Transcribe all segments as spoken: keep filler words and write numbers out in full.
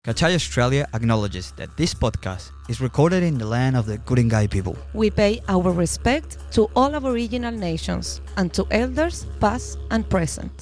Kachai Australia acknowledges that this podcast is recorded in the land of the Guringai people. We pay our respect to all Aboriginal nations and to elders past and present.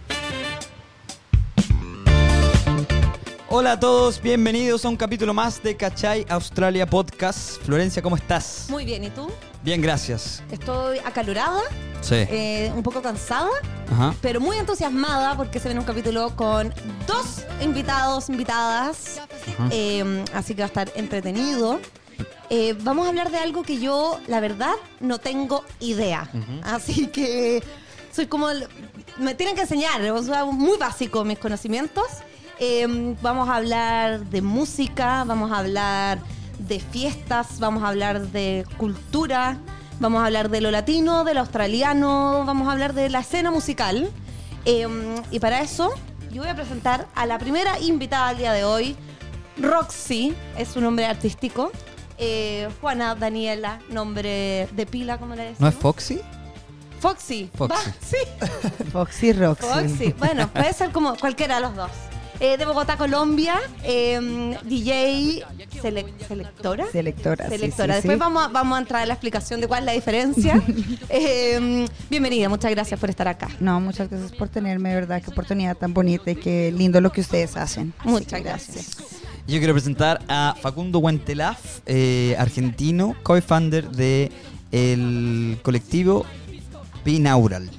Hola a todos, bienvenidos a un capítulo más de Kachai Australia Podcast. Florencia, ¿cómo estás? Muy bien, ¿y tú? Bien, gracias. Estoy acalorada, Sí. eh, un poco cansada, Ajá. pero muy entusiasmada porque se viene un capítulo con dos invitados, invitadas, Ajá. eh, así que va a estar entretenido. Eh, vamos a hablar de algo que yo, la verdad, no tengo idea. Ujú. Así que soy como... el- me tienen que enseñar, o sea, muy básico mis conocimientos. Eh, vamos a hablar de música, vamos a hablar de fiestas, vamos a hablar de cultura, vamos a hablar de lo latino, de lo australiano, vamos a hablar de la escena musical. Eh, y para eso yo voy a presentar a la primera invitada al día de hoy. Roxy es su nombre artístico. Eh, Juana Daniela, nombre de pila, ¿cómo le decimos? ¿No es Foxy? Foxy. Foxy. Va, sí. Foxy Roxy. Foxy. Bueno, puede ser como cualquiera de los dos. Eh, de Bogotá, Colombia, eh, D J, sele- selectora. Selectora. sí, Selectora. sí, Después sí. Vamos, a, vamos a entrar a la explicación de cuál es la diferencia. Eh, bienvenida, muchas gracias por estar acá. No, muchas gracias por tenerme, de verdad, qué oportunidad tan bonita y qué lindo lo que ustedes hacen. Así Muchas que gracias. Yo quiero presentar a Facundo Huentelaf, eh, argentino, co-founder de el colectivo Binaural.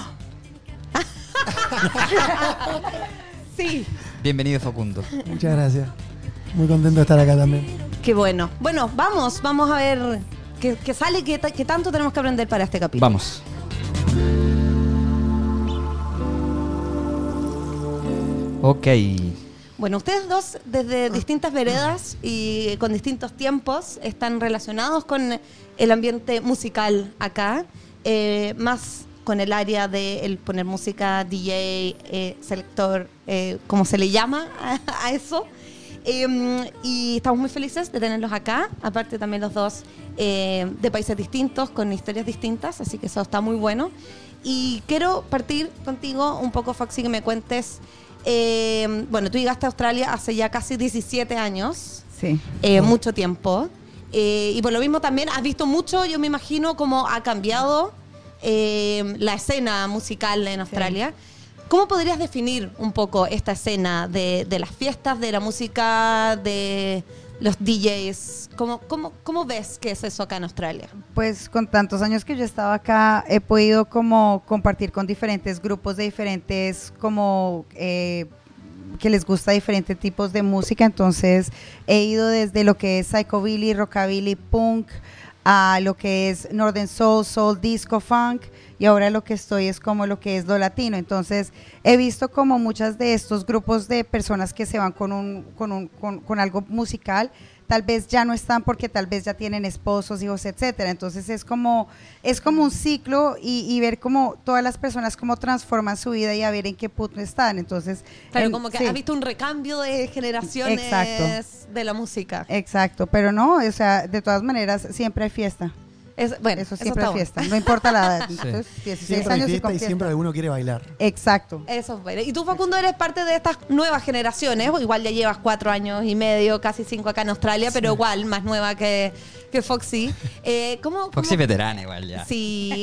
Sí. Bienvenido, Facundo. Muchas gracias. Muy contento de estar acá también. Qué bueno. Bueno, vamos, vamos a ver qué, qué sale, qué, ta- qué tanto tenemos que aprender para este capítulo. Vamos. Ok. Bueno, ustedes dos, desde distintas veredas y con distintos tiempos, están relacionados con el ambiente musical acá, eh, más con el área de el poner música, D J, eh, selector, eh, como se le llama a, a eso. Eh, y estamos muy felices de tenerlos acá, aparte también los dos eh, de países distintos, con historias distintas, así que eso está muy bueno. Y quiero partir contigo un poco, Foxy, que me cuentes. Eh, bueno, tú llegaste a Australia hace ya casi diecisiete años, Sí. eh, mucho tiempo. Eh, y por lo mismo también has visto mucho, yo me imagino, cómo ha cambiado eh, la escena musical en Australia. ¿Cómo podrías definir un poco esta escena de, de las fiestas, de la música, de los D Js? ¿Cómo, cómo, ¿Cómo ves que es eso acá en Australia? Pues con tantos años que yo he estado acá, he podido como compartir con diferentes grupos de diferentes, como eh, que les gusta diferentes tipos de música. Entonces he ido desde lo que es psychobilly, rockabilly, punk, a lo que es northern soul, soul, disco, funk, y ahora lo que estoy es como lo que es lo latino. Entonces he visto como muchas de estos grupos de personas que se van con un con un con, con algo musical, tal vez ya no están porque tal vez ya tienen esposos, hijos, etcétera. Entonces es como es como un ciclo y, y ver cómo todas las personas cómo transforman su vida y a ver en qué punto están. Entonces Claro, en- como que sí. has visto un recambio de generaciones Exacto. de la música. Exacto, pero no, o sea, de todas maneras siempre hay fiesta. Es, bueno, Eso siempre está hay bueno. fiesta, no importa la edad. Entonces, dieciséis Siempre hay años y fiesta con y fiesta. siempre alguno quiere bailar. Exacto. Eso es bueno. Y tú, Facundo, eres parte de estas nuevas generaciones. Igual ya llevas cuatro años y medio, casi cinco acá en Australia, pero igual más nueva que, que Foxy. Eh, ¿cómo, Foxy cómo- veterana igual ya. Sí.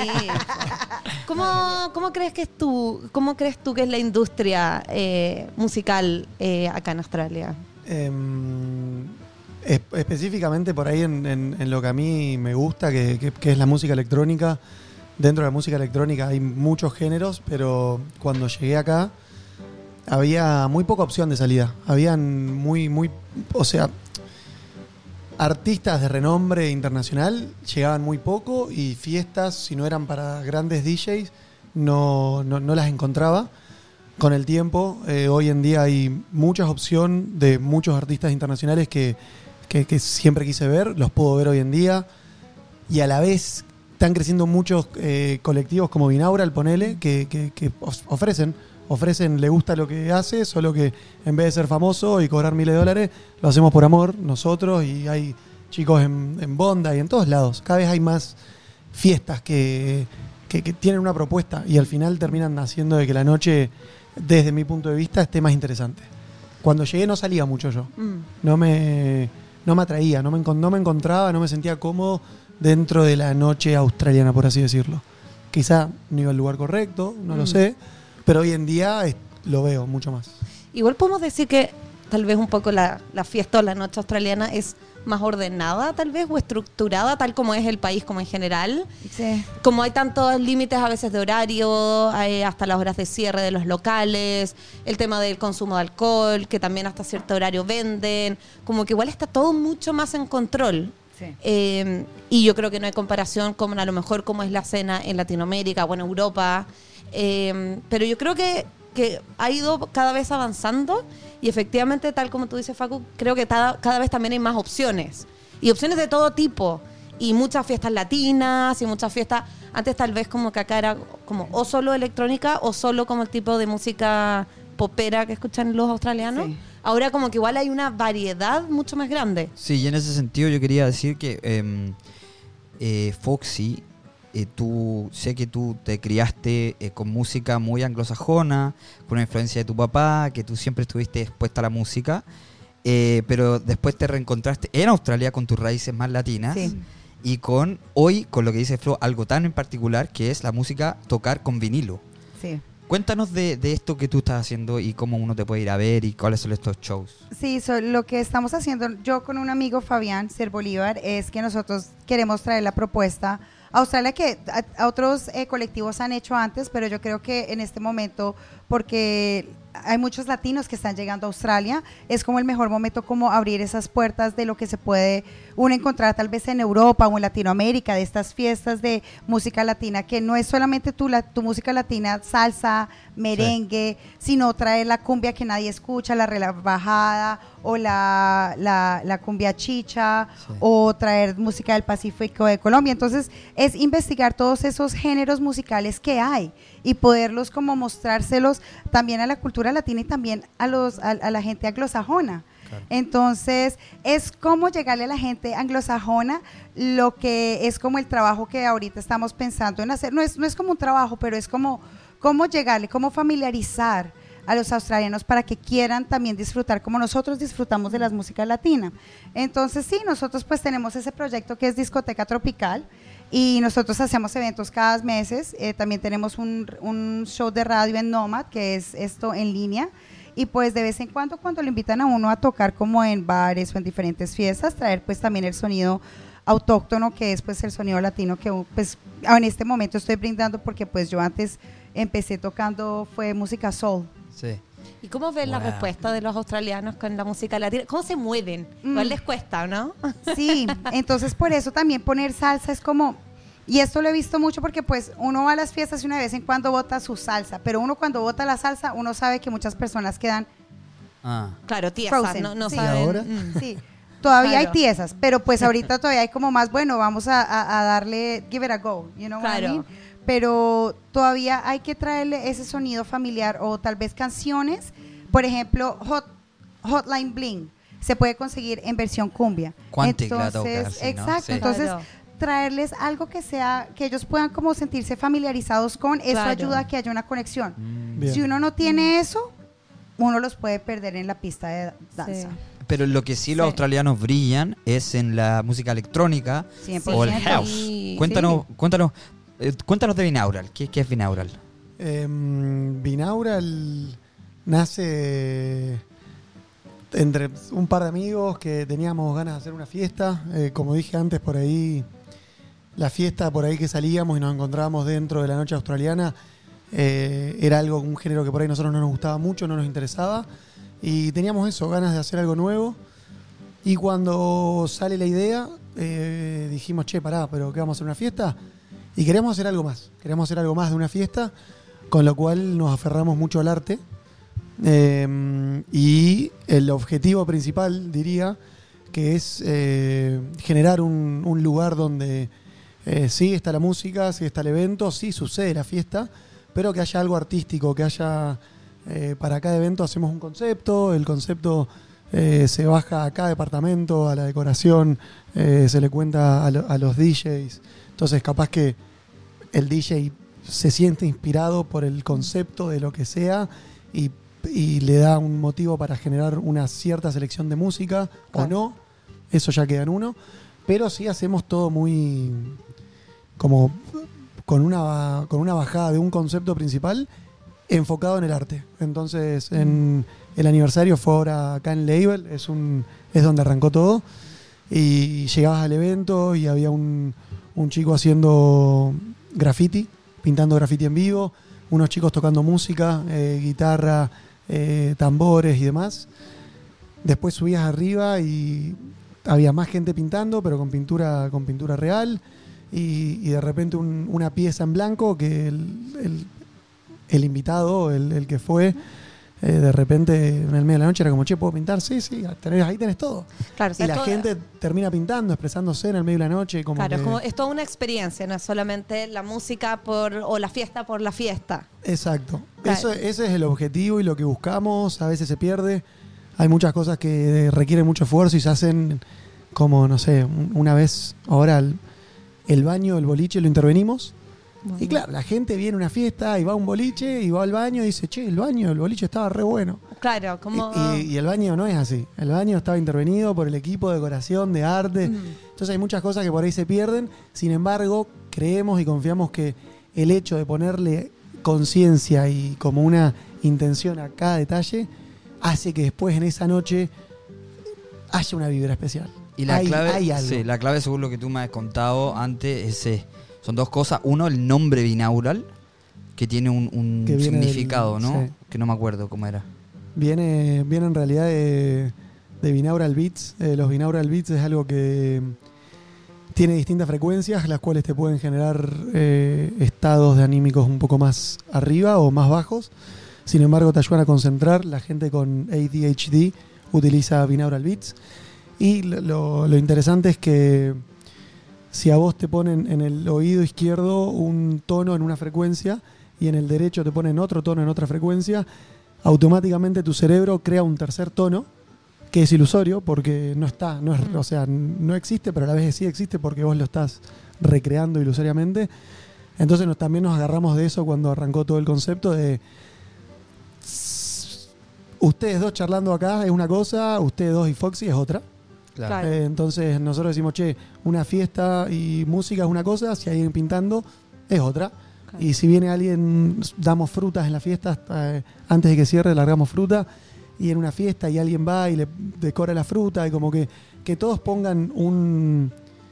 ¿Cómo, cómo crees que es tú, cómo crees tú que es la industria eh, musical eh, acá en Australia? Em, es- específicamente por ahí en, en- en lo que a mí me gusta, que, que- que es la música electrónica. Dentro de la música electrónica hay muchos géneros, pero cuando llegué acá había muy poca opción de salida. Habían muy, muy, o sea, artistas de renombre internacional llegaban muy poco y fiestas, si no eran para grandes D Js, no, no, no las encontraba. Con el tiempo, eh, hoy en día hay muchas opciones de muchos artistas internacionales que, que, que siempre quise ver, los puedo ver hoy en día, y a la vez están creciendo muchos eh, colectivos como Binaural, ponele, que, que, que of- ofrecen, ofrecen, le gusta lo que hace, solo que en vez de ser famoso y cobrar miles de dólares, lo hacemos por amor nosotros, y hay chicos en, en Bondi y en todos lados. Cada vez hay más fiestas que, que, que tienen una propuesta y al final terminan haciendo de que la noche, desde mi punto de vista, esté más interesante. cuando llegué no salía mucho yo. Mm. No me, no me atraía, no me, encon- no me encontraba, no me sentía cómodo dentro de la noche australiana, por así decirlo. Quizá no iba al lugar correcto, no Mm. lo sé, pero hoy en día es- lo veo mucho más. Igual podemos decir que tal vez un poco la, la fiesta o la noche australiana es más ordenada, tal vez, o estructurada, tal como es el país como en general. Sí. Como hay tantos límites a veces de horario, hay hasta las horas de cierre de los locales, el tema del consumo de alcohol, que también hasta cierto horario venden, como que igual está todo mucho más en control. Sí. Eh, y yo creo que no hay comparación con a lo mejor como es la cena en Latinoamérica o en Europa. Eh, pero yo creo que, que ha ido cada vez avanzando y efectivamente, tal como tú dices, Facu, creo que cada, cada vez también hay más opciones. Y opciones de todo tipo. Y muchas fiestas latinas y muchas fiestas... Antes tal vez como que acá era como o solo electrónica o solo como el tipo de música popera que escuchan los australianos. Sí. Ahora como que igual hay una variedad mucho más grande. Sí, y en ese sentido yo quería decir que eh, eh, Foxy, eh, tú sé que tú te criaste eh, con música muy anglosajona, con una influencia de tu papá, que tú siempre estuviste expuesta a la música, eh, pero después te reencontraste en Australia con tus raíces más latinas. Sí. Y con hoy, con lo que dice Flo, algo tan en particular que es la música tocar con vinilo. Sí. Cuéntanos de, de esto que tú estás haciendo y cómo uno te puede ir a ver y cuáles son estos shows. Sí, so, lo que estamos haciendo yo con un amigo, Fabián Ser Bolívar, es que nosotros queremos traer la propuesta a Australia que a, a otros eh, colectivos han hecho antes, pero yo creo que en este momento, porque hay muchos latinos que están llegando a Australia, es como el mejor momento como abrir esas puertas de lo que se puede uno encontrar tal vez en Europa o en Latinoamérica, de estas fiestas de música latina, que no es solamente tu, la, tu música latina, salsa, merengue, sí. sino traer la cumbia que nadie escucha, la relajada o la, la, la cumbia chicha, sí. o traer música del Pacífico de Colombia. Entonces es investigar todos esos géneros musicales que hay y poderlos como mostrárselos también a la cultura latina y también a los a, a la gente anglosajona. Claro. Entonces es como llegarle a la gente anglosajona lo que es como el trabajo que ahorita estamos pensando en hacer. No es, no es como un trabajo, pero es como cómo llegarle, cómo familiarizar a los australianos para que quieran también disfrutar como nosotros disfrutamos de las músicas latinas. Entonces sí, nosotros pues tenemos ese proyecto que es Discoteca Tropical y nosotros hacemos eventos cada meses. Eh, también tenemos un, un show de radio en Nomad, que es esto en línea, y pues de vez en cuando cuando lo invitan a uno a tocar como en bares o en diferentes fiestas, traer pues también el sonido autóctono, que es pues el sonido latino que pues en este momento estoy brindando, porque pues yo antes empecé tocando fue música soul. Sí. ¿Y cómo ven wow. la respuesta de los australianos con la música latina? ¿Cómo se mueven? Mm. Igual les cuesta, ¿no? Sí, entonces por eso también poner salsa es como, y esto lo he visto mucho porque pues uno va a las fiestas y una vez en cuando bota su salsa, pero uno cuando bota la salsa, uno sabe que muchas personas quedan ah. claro, tiesas, frozen. no, no sí. saben. ¿Y ahora? Mm. Sí, todavía claro. hay tiesas, pero pues ahorita todavía hay como más, bueno, vamos a, a, a darle, give it a go, you know claro. what I mean? Pero todavía hay que traerle ese sonido familiar o tal vez canciones, por ejemplo, Hot, Hotline Bling, se puede conseguir en versión cumbia. Quantic entonces, la toca, así, ¿no? exacto, Sí. entonces Claro. traerles algo que sea, que ellos puedan como sentirse familiarizados con, eso Claro. ayuda a que haya una conexión. Bien. Si uno no tiene eso, uno los puede perder en la pista de danza. Sí. Pero lo que sí, sí los australianos brillan es en la música electrónica cien por ciento. o el house. Sí. Cuéntanos, Sí. cuéntanos, eh, cuéntanos de Binaural. ¿Qué, qué es Binaural? Eh, Binaural nace entre un par de amigos que teníamos ganas de hacer una fiesta. Eh, como dije antes, por ahí, la fiesta por ahí que salíamos y nos encontrábamos dentro de la noche australiana, eh, era algo, un género que por ahí a nosotros no nos gustaba mucho, no nos interesaba. Y teníamos eso, ganas de hacer algo nuevo. Y cuando sale la idea, eh, dijimos, che, pará, ¿pero qué vamos a hacer, una fiesta? Y queremos hacer algo más, queremos hacer algo más de una fiesta, con lo cual nos aferramos mucho al arte. Eh, y el objetivo principal, diría, que es eh, generar un, un lugar donde eh, sí está la música, sí está el evento, sí sucede la fiesta, pero que haya algo artístico, que haya... Eh, para cada evento hacemos un concepto, el concepto eh, se baja a cada departamento, a la decoración, eh, se le cuenta a, lo, a los D Js. Entonces capaz que el D J se siente inspirado por el concepto de lo que sea y y le da un motivo para generar una cierta selección de música Claro. o no, eso ya queda en uno, pero sí hacemos todo muy como con una, con una bajada de un concepto principal enfocado en el arte. Entonces, en el aniversario fue ahora acá en Label, es, un, es donde arrancó todo, y llegabas al evento y había un, un chico haciendo graffiti, pintando graffiti en vivo, unos chicos tocando música, eh, guitarra, eh, tambores y demás. Después subías arriba y había más gente pintando, pero con pintura, con pintura real, y, y de repente un- una pieza en blanco que el, el- el invitado, el, el que fue, eh, de repente en el medio de la noche era como, che, ¿puedo pintar? Sí, sí, tenés- ahí tenés todo. Claro, o sea, Y la todo- gente termina pintando, expresándose en el medio de la noche. Como Claro, que- es, como, es toda una experiencia, no es solamente la música por o la fiesta por la fiesta. Exacto. Claro. Eso, ese es el objetivo y lo que buscamos. A veces se pierde. Hay muchas cosas que requieren mucho esfuerzo y se hacen como, no sé, un- una vez, ahora el, el baño, el boliche lo intervenimos. Y claro, la gente viene a una fiesta y va a un boliche y va al baño y dice, che, el baño, el boliche estaba re bueno. Claro, como... Y, y- y el baño no es así. El baño estaba intervenido por el equipo de decoración, de arte. Mm. Entonces hay muchas cosas que por ahí se pierden. Sin embargo, creemos y confiamos que el hecho de ponerle conciencia y como una intención a cada detalle hace que después en esa noche haya una vibra especial. Y la Hay- clave, hay algo. sí, la clave según lo que tú me has contado antes es, eh, son dos cosas. Uno, el nombre binaural, que tiene un, un Que viene significado, del- ¿no? sí. Que no me acuerdo cómo era. Viene, viene en realidad de, de binaural beats. Eh, los binaural beats es algo que tiene distintas frecuencias, las cuales te pueden generar eh, estados de anímicos un poco más arriba o más bajos. Sin embargo, te ayudan a concentrar. La gente con A D H D utiliza binaural beats. Y lo- lo, lo interesante es que si a vos te ponen en el oído izquierdo un tono en una frecuencia y en el derecho te ponen otro tono en otra frecuencia, automáticamente tu cerebro crea un tercer tono que es ilusorio porque no está, no es, o sea, no existe, pero a la vez sí existe porque vos lo estás recreando ilusoriamente. Entonces nos, también nos agarramos de eso cuando arrancó todo el concepto de ustedes dos charlando acá es una cosa, ustedes dos y Foxy es otra. Claro. Eh, entonces nosotros decimos, che, una fiesta y música es una cosa, si hay alguien pintando es otra. Claro. Y si viene alguien, damos frutas en la fiesta, eh, antes de que cierre largamos fruta, y en una fiesta y alguien va y le decora la fruta, y como que, que todos pongan un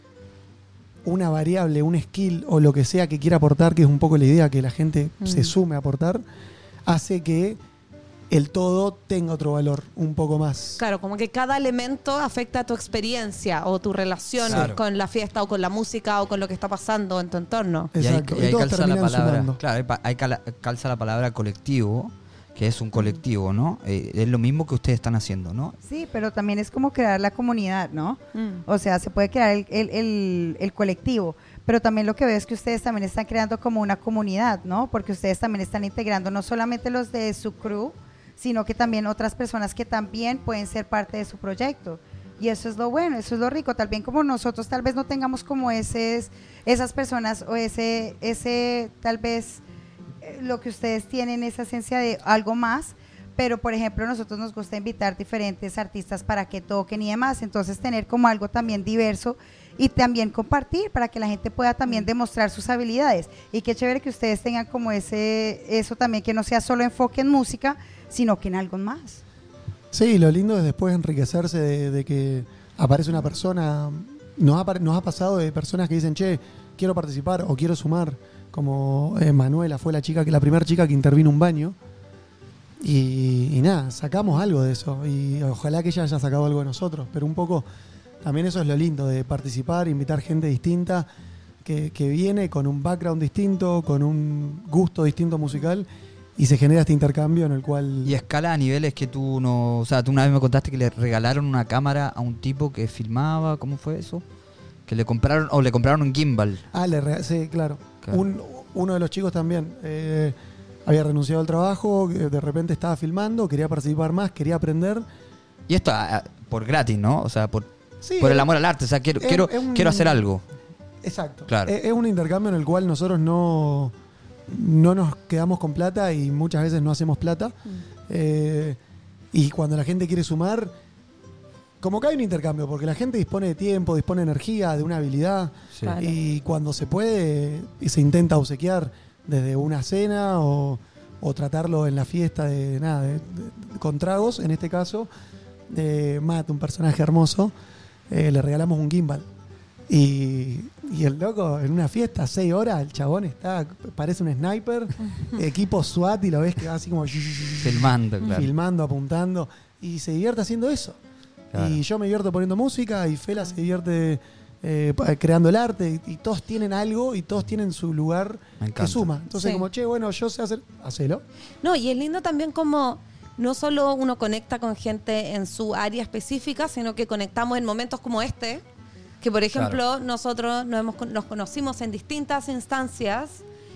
una variable, un skill o lo que sea que quiera aportar, que es un poco la idea, que la gente Mm. se sume a aportar, hace que el todo tenga otro valor un poco más. Claro, como que cada elemento afecta a tu experiencia o tu relación Claro. con la fiesta o con la música o con lo que está pasando en tu entorno. Y ahí, Exacto. y ahí Y todos calza la terminan palabra. sumando. Claro, ahí pa- ahí cala- calza la palabra colectivo, que es un colectivo, ¿no? Eh, es lo mismo que ustedes están haciendo, ¿no? Sí, pero también es como crear la comunidad, ¿no? Mm. O sea, se puede crear el, el- el- el colectivo, pero también lo que veo es que ustedes también están creando como una comunidad, ¿no? Porque ustedes también están integrando no solamente los de su crew, sino que también otras personas que también pueden ser parte de su proyecto. Y eso es lo bueno, eso es lo rico. Tal vez como nosotros tal vez no tengamos como ese, esas personas o ese, ese tal vez eh, lo que ustedes tienen, esa esencia de algo más, pero por ejemplo nosotros nos gusta invitar diferentes artistas para que toquen y demás, entonces tener como algo también diverso y también compartir para que la gente pueda también demostrar sus habilidades. Y qué chévere que ustedes tengan como ese, eso también, que no sea solo enfoque en música, sino que en algo más. Sí, lo lindo es después enriquecerse de, de que aparece una persona. Nos ha, par- nos ha pasado de personas que dicen, che, quiero participar o quiero sumar. Como eh, Manuela fue la chica que la primera chica que intervino un baño. Y, y nada, sacamos algo de eso. Y ojalá que ella haya sacado algo de nosotros. Pero un poco, también eso es lo lindo de participar, invitar gente distinta que, que viene con un background distinto, con un gusto distinto musical. Y se genera este intercambio en el cual... Y escala a niveles que tú no... O sea, tú una vez me contaste que le regalaron una cámara a un tipo que filmaba. ¿Cómo fue eso? Que le compraron... O le compraron un gimbal. Ah, le re- sí, claro. Claro. Un- uno de los chicos también eh, había renunciado al trabajo, eh, de repente estaba filmando, quería participar más, quería aprender. Y esto ah, ah, por gratis, ¿no? O sea, por, Sí, por el es- amor al arte. O sea, quiero, es- quiero, es un- quiero hacer algo. Exacto. Claro. Es, es un intercambio en el cual nosotros no, no nos quedamos con plata y muchas veces no hacemos plata. Mm. Eh, y cuando la gente quiere sumar, como que hay un intercambio, porque la gente dispone de tiempo, dispone de energía, de una habilidad. Sí. Claro. Y cuando se puede, y se intenta obsequiar desde una cena o, o tratarlo en la fiesta de nada, de, de- con tragos, en este caso, eh, Matt, un personaje hermoso, eh, le regalamos un gimbal. Y, y el loco, en una fiesta, seis horas, el chabón está, parece un sniper, equipo SWAT, y lo ves que va así como Filmando, claro. filmando, apuntando, y se divierte haciendo eso. Claro. Y yo me divierto poniendo música, y Fela se divierte eh, pa- creando el arte, y, y todos tienen algo, y todos tienen su lugar Me que encanta. suma. Entonces, Sí. como, che, bueno, yo sé hacer, hacelo. No, y es lindo también como no solo uno conecta con gente en su área específica, sino que conectamos en momentos como este, que por ejemplo nosotros nos, hemos, nos conocimos en distintas instancias.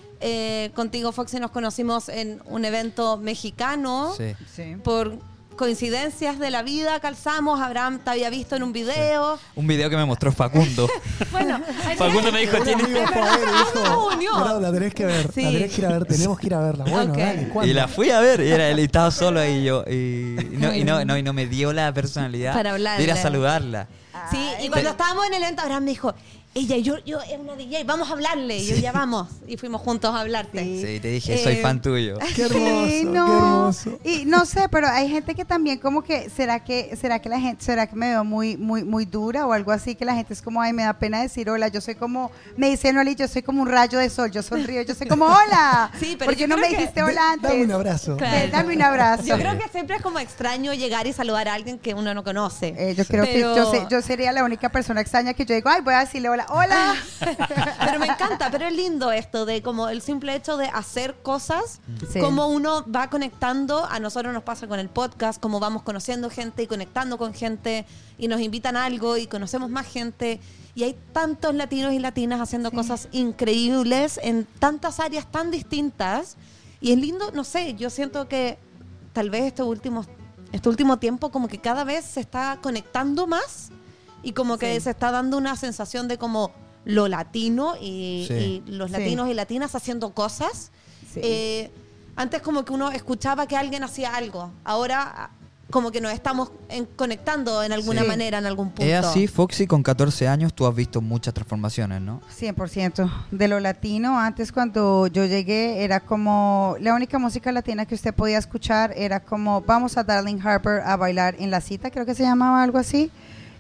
Eh, contigo, Foxy, nos conocimos en un evento mexicano. Sí. Sí. Por coincidencias de la vida calzamos. Abraham te había visto en un video. Un video que me mostró Facundo. Bueno, Facundo me dijo, Un tiene... amigo fue a ver y dijo, unió. "Bravo, la tenés que ver, Sí. la tenés que ir a ver, tenemos que ir a verla. Bueno, Ok. dale, ¿cuándo?". Y la fui a ver, y era, él estaba solo ahí y yo. Y no, y no, no, y no me dio la personalidad Para hablarle. de ir a saludarla. Sí, y cuando estábamos en el evento, Abraham me dijo, ella, yo, yo, es una D J, vamos a hablarle. Y yo, ya vamos. Y fuimos juntos a hablarte. Sí, te dije, soy Eh, fan tuyo. Qué hermoso, Sí, qué no. hermoso. Y no sé, pero hay gente que también como que será que será que la gente será que me veo muy muy muy dura o algo así, que la gente es como, ay, me da pena decir hola, yo soy como, me dice Noli, yo soy como un rayo de sol, yo sonrío, yo soy como hola. Sí, pero ¿Por qué yo no creo me que- dijiste hola antes? Dame un abrazo. Claro. Ven, dame un abrazo. Yo creo que siempre es como extraño llegar y saludar a alguien que uno no conoce. Eh, yo creo Pero- que yo, sé- yo sería la única persona extraña que yo digo, ay, voy a decirle hola, hola. Pero me encanta, pero es lindo esto de como el simple hecho de hacer cosas, Sí. como uno va conectando, a nosotros nos pasa con el podcast, como vamos conociendo gente y conectando con gente y nos invitan a algo y conocemos más gente y hay tantos latinos y latinas haciendo Sí. cosas increíbles en tantas áreas tan distintas y es lindo, no sé, yo siento que tal vez estos últimos, este último tiempo como que cada vez se está conectando más y como que Sí. se está dando una sensación de como lo latino y, Sí. y los Sí. latinos y latinas haciendo cosas. Sí. Eh, antes como que uno escuchaba que alguien hacía algo, ahora como que nos estamos en- conectando en alguna Sí. manera, en algún punto. Es así, Foxy, con catorce años tú has visto muchas transformaciones, ¿no? cien por ciento. De lo latino, antes cuando yo llegué era como, la única música latina que usted podía escuchar era como, vamos a Darling Harper a bailar en la cita, creo que se llamaba algo así.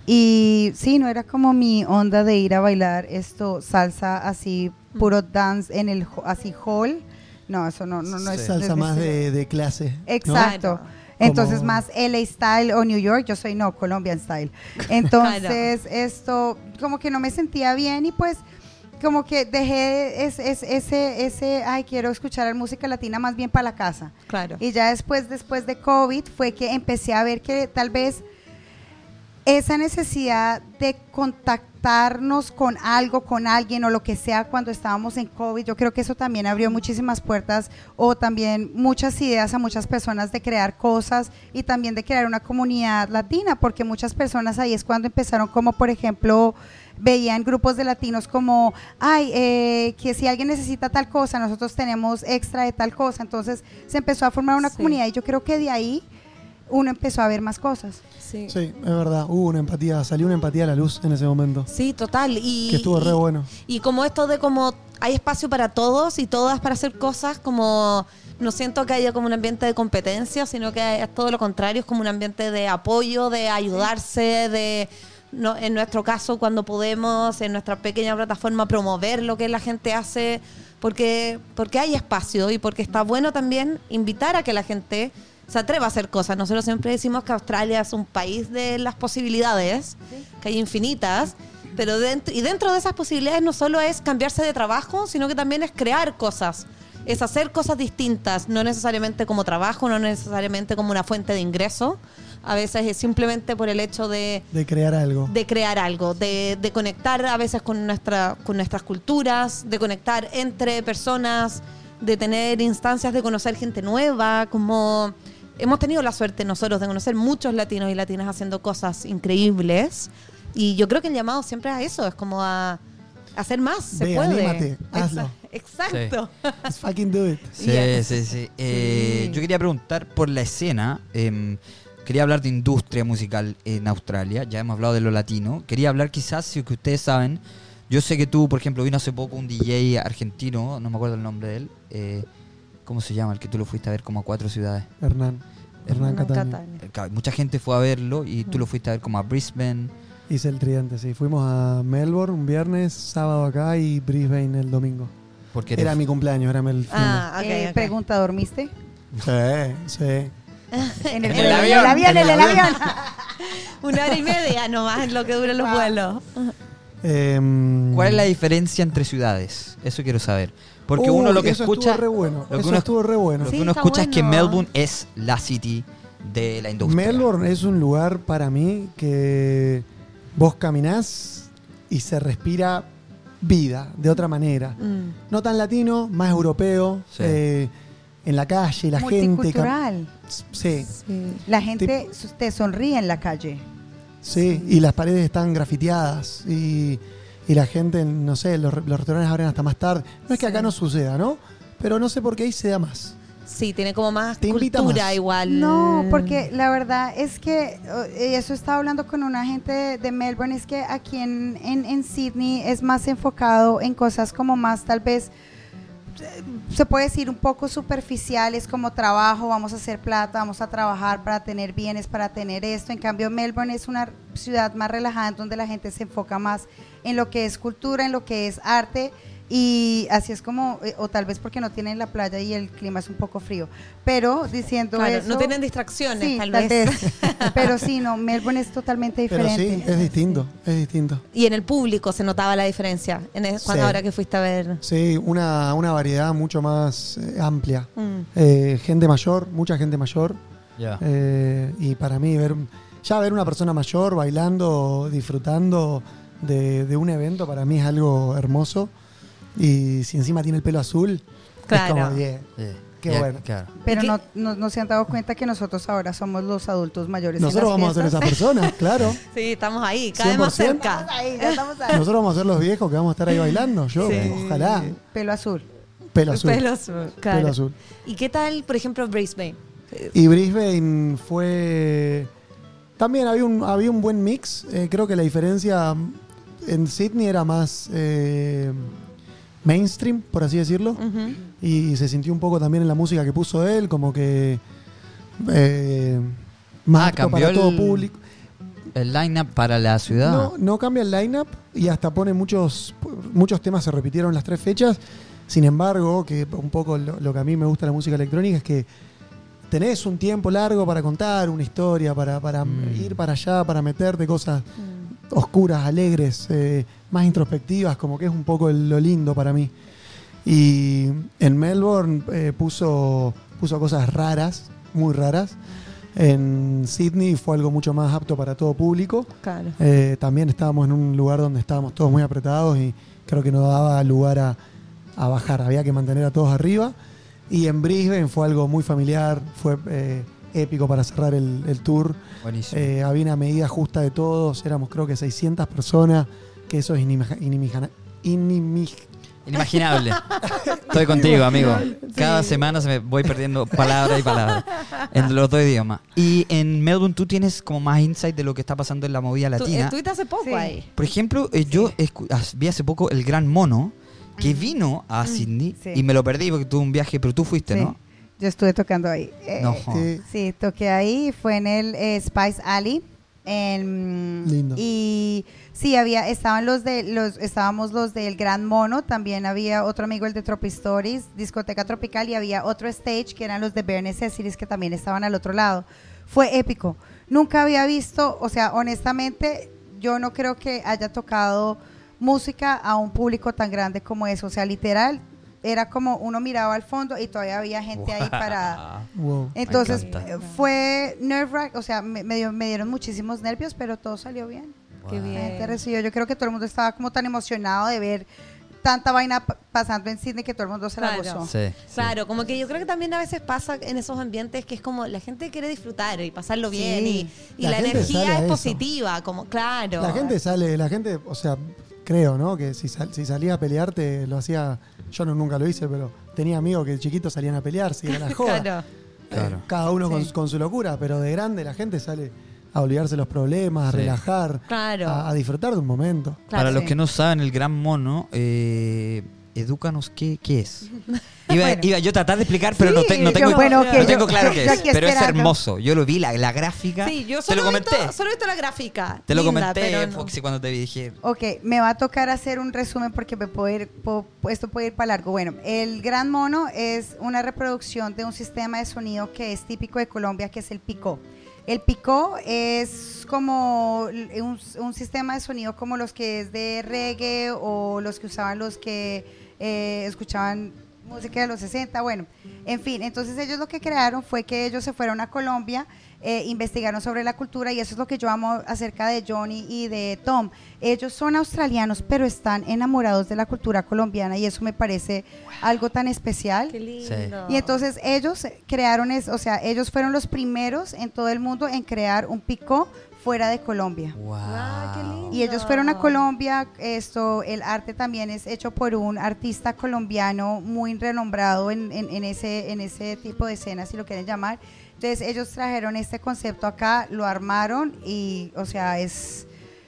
Y sí, no era como mi onda de ir a bailar esto, salsa así, puro dance en el, ho- así hall. No, eso no, no, no es. Sí. no es Salsa mi más estilo. de, de clase. ¿no? Exacto. Claro. Entonces Como- más L A style o New York, yo soy no, Colombian style. Entonces esto como que no me sentía bien y pues como que dejé es- es- ese, ese, ay, quiero escuchar música latina más bien para la casa. Claro. Y ya después, después de COVID fue que empecé a ver que tal vez esa necesidad de contactarnos con algo, con alguien o lo que sea cuando estábamos en COVID, yo creo que eso también abrió muchísimas puertas o también muchas ideas a muchas personas de crear cosas y también de crear una comunidad latina, porque muchas personas ahí es cuando empezaron como por ejemplo veían grupos de latinos como, ay, eh, que si alguien necesita tal cosa, nosotros tenemos extra de tal cosa, entonces se empezó a formar una Sí. comunidad y yo creo que de ahí uno empezó a ver más cosas. Sí. Sí, es verdad. Hubo una empatía, salió una empatía a la luz en ese momento. Sí, total. Y, Que estuvo re y- bueno. Y como esto de como hay espacio para todos y todas para hacer cosas, como no siento que haya como un ambiente de competencia, sino que es todo lo contrario, es como un ambiente de apoyo, de ayudarse, de, no, en nuestro caso, cuando podemos, en nuestra pequeña plataforma, promover lo que la gente hace, porque, porque hay espacio y porque está bueno también invitar a que la gente se atreva a hacer cosas. Nosotros siempre decimos que Australia es un país de las posibilidades, que hay infinitas, pero dentro, y dentro de esas posibilidades no solo es cambiarse de trabajo, sino que también es crear cosas, es hacer cosas distintas, no necesariamente como trabajo, no necesariamente como una fuente de ingreso, a veces es simplemente por el hecho de, De crear algo. de crear algo, de, de conectar a veces con, nuestra, con nuestras culturas, de conectar entre personas, de tener instancias de conocer gente nueva, como hemos tenido la suerte nosotros de conocer muchos latinos y latinas haciendo cosas increíbles y yo creo que el llamado siempre es a eso, es como a, hacer más, se Ve, puede. anímate, hazlo. Exacto. Let's fucking do it. Sí, Yes. sí, sí. Eh, Sí. Yo quería preguntar por la escena. eh, quería hablar de industria musical en Australia. Ya hemos hablado de lo latino. Quería hablar quizás, si que ustedes saben, yo sé que tú, por ejemplo, vino hace poco un D J argentino, no me acuerdo el nombre de él. eh, ¿Cómo se llama? El que tú lo fuiste a ver como a cuatro ciudades. Hernán. Hernán Hernán Cataño. Cataño. Eh, ca- Mucha gente fue a verlo y tú lo fuiste a ver como a Brisbane. Hice el tridente, sí. Fuimos a Melbourne un viernes, sábado acá y Brisbane el domingo. Porque Era eres- mi cumpleaños, era el fin. Ah, ok, Eh, ok. Pregunta, ¿dormiste? Sí, sí. En el, En el avión. En el avión, en el avión. Una hora y media nomás es lo que duran los vuelos. Em, ¿Cuál es la diferencia entre ciudades? Eso quiero saber. Porque uy, uno lo que eso escucha, estuvo re bueno. lo que Eso uno- estuvo re bueno. lo Sí, que uno está escucha es que bueno. Melbourne es la city de la industria. Melbourne es un lugar para mí que vos caminás y se respira vida de otra manera. Mm. No tan latino, más europeo. Sí. eh, en la calle, la gente. cam- Multicultural. Sí, Sí. La gente te sonríe en la calle. sí. Y las paredes están grafiteadas. Y, y la gente, no sé, los, los restaurantes abren hasta más tarde. No es que acá no suceda, ¿no? Pero no sé por qué ahí se da más. Sí, tiene como más Te invita cultura más. igual. No, porque la verdad es que, eh, eso estaba hablando con una gente de, de Melbourne, es que aquí en, en, en Sydney es más enfocado en cosas como más tal vez, eh, se puede decir un poco superficiales, como trabajo, vamos a hacer plata, vamos a trabajar para tener bienes, para tener esto. En cambio, Melbourne es una ciudad más relajada en donde la gente se enfoca más en lo que es cultura, en lo que es arte. Y así es como, eh, o tal vez porque no tienen la playa y el clima es un poco frío. Pero diciendo Claro, eso, no tienen distracciones, sí, tal, tal vez. vez. Pero sí, no, Melbourne es totalmente Pero diferente. sí, es distinto, es distinto. Y en el público se notaba la diferencia. En el, cuando Sí. ahora que fuiste a ver. Sí, una, una variedad mucho más eh, amplia. Mm. Eh, gente mayor, mucha gente mayor. Ya. Eh, y para mí, ver ya ver una persona mayor bailando, disfrutando de, de un evento, para mí es algo hermoso. Y si encima tiene el pelo azul, Claro. es como, yeah, Sí. qué Ya, bueno. claro. Pero ¿Y qué? no, no, no se han dado cuenta que nosotros ahora somos los adultos mayores. en Nosotros las vamos a ser fiestas. esas personas, claro. Sí, estamos ahí, cada vez más cien por ciento. cerca. Estamos ahí, ya estamos ahí. Nosotros vamos a ser los viejos que vamos a estar ahí bailando. Yo, Sí. ojalá. Pelo azul. Pelo azul. Pelo azul, claro. Pelo azul. ¿Y qué tal, por ejemplo, Brisbane? Y Brisbane fue. También había un, había un buen mix. Eh, creo que la diferencia en Sydney era más eh, mainstream, por así decirlo. Ujú. Y se sintió un poco también en la música que puso él, como que. eh, más Ah, apto cambió para todo el- público. El line-up para la ciudad. No, no cambia el lineup y hasta pone muchos, muchos temas se repitieron las tres fechas. Sin embargo, que un poco lo, lo que a mí me gusta de la música electrónica es que tenés un tiempo largo para contar una historia, para, para Mm. ir para allá, para meterte cosas oscuras, alegres, eh, más introspectivas, como que es un poco el- lo lindo para mí. Y en Melbourne eh, puso, puso cosas raras, muy raras. En Sydney fue algo mucho más apto para todo público. Claro. Eh, también estábamos en un lugar donde estábamos todos muy apretados y creo que no daba lugar a, a bajar, había que mantener a todos arriba. Y en Brisbane fue algo muy familiar, fue eh, épico para cerrar el, el tour. Buenísimo. Eh, había una medida justa de todos, éramos creo que seiscientas personas, que eso es inimag- inimigana- inimig- Inimaginable. Estoy contigo, amigo. Cada semana se me voy perdiendo palabra y palabra en los dos idiomas. Y en Melbourne tú tienes como más insight de lo que está pasando en la movida Tú latina. estuviste hace poco Sí. ahí. Por ejemplo, eh, yo escu- as- vi hace poco el Gran Mono que vino a Sydney Sí. y me lo perdí porque tuve un viaje, pero tú fuiste, Sí. ¿no? Yo estuve tocando ahí. Eh, No. Sí. Sí, toqué ahí, fue en el eh, Spice Alley. En, Lindo. Y sí, había, estaban los de los, estábamos los del Gran Mono, también había otro amigo, el de Tropi Stories, discoteca tropical, y había otro stage que eran los de Bare Necessities, que también estaban al otro lado. Fue épico. Nunca había visto, o sea, honestamente, yo no creo que haya tocado música a un público tan grande como eso. O sea, literal, era como uno miraba al fondo y todavía había gente ahí parada. Wow. Entonces encanta. eh, fue nerve wrack, o sea, me, me dio- me dieron muchísimos nervios, pero todo salió bien. Qué La bien. gente recibió, yo creo que todo el mundo estaba como tan emocionado de ver tanta vaina pa- pasando en Sydney que todo el mundo se la Claro. gozó. Sí, sí. Claro, como que yo creo que también a veces pasa en esos ambientes que es como la gente quiere disfrutar y pasarlo bien Sí. y, y La la, gente sale energía a es eso. positiva, como claro. La gente sale, la gente, o sea, creo, ¿no? Que si, sal, si salía a pelearte, lo hacía, yo no, nunca lo hice, pero tenía amigos que de chiquitos salían a pelearse y era la joda. Claro. Eh, Claro. cada uno con, Sí. con su locura, pero de grande la gente sale a olvidarse los problemas, a Sí. relajar, Claro. a, a disfrutar de un momento. Claro, Para los sí. que no saben, el Gran Mono, eh, edúcanos qué, qué es. Iba, Bueno. iba yo a tratar de explicar, pero Sí, no, te- no yo- tengo, bueno, no que tengo yo- claro yo- qué yo es. aquí Pero es esperando. hermoso. Yo lo vi, la, la gráfica. Sí, yo te solo, lo he comenté. visto, solo he visto la gráfica. Te lo Linda, comenté, pero no. Foxy, cuando te dije. Ok, me va a tocar hacer un resumen porque me puede ir, po- esto puede ir para largo. Bueno, el Gran Mono es una reproducción de un sistema de sonido que es típico de Colombia, que es el picó. El picó es como l- un, un sistema de sonido como los que es de reggae o los que usaban los que eh, escuchaban música de los sesenta, bueno, en fin, entonces ellos lo que crearon fue que ellos se fueron a Colombia, eh, investigaron sobre la cultura y eso es lo que yo amo acerca de Johnny y de Tom. Ellos son australianos, pero están enamorados de la cultura colombiana y eso me parece algo tan especial. Qué lindo. Y entonces ellos crearon, es, o sea, ellos fueron los primeros en todo el mundo en crear un picó fuera de Colombia. Wow. Ah, qué lindo. Y ellos fueron a Colombia, esto, el arte también es hecho por un artista colombiano muy renombrado en, en, en ese, en ese tipo de escenas, si lo quieren llamar. Entonces ellos trajeron este concepto acá, lo armaron y, o sea, es,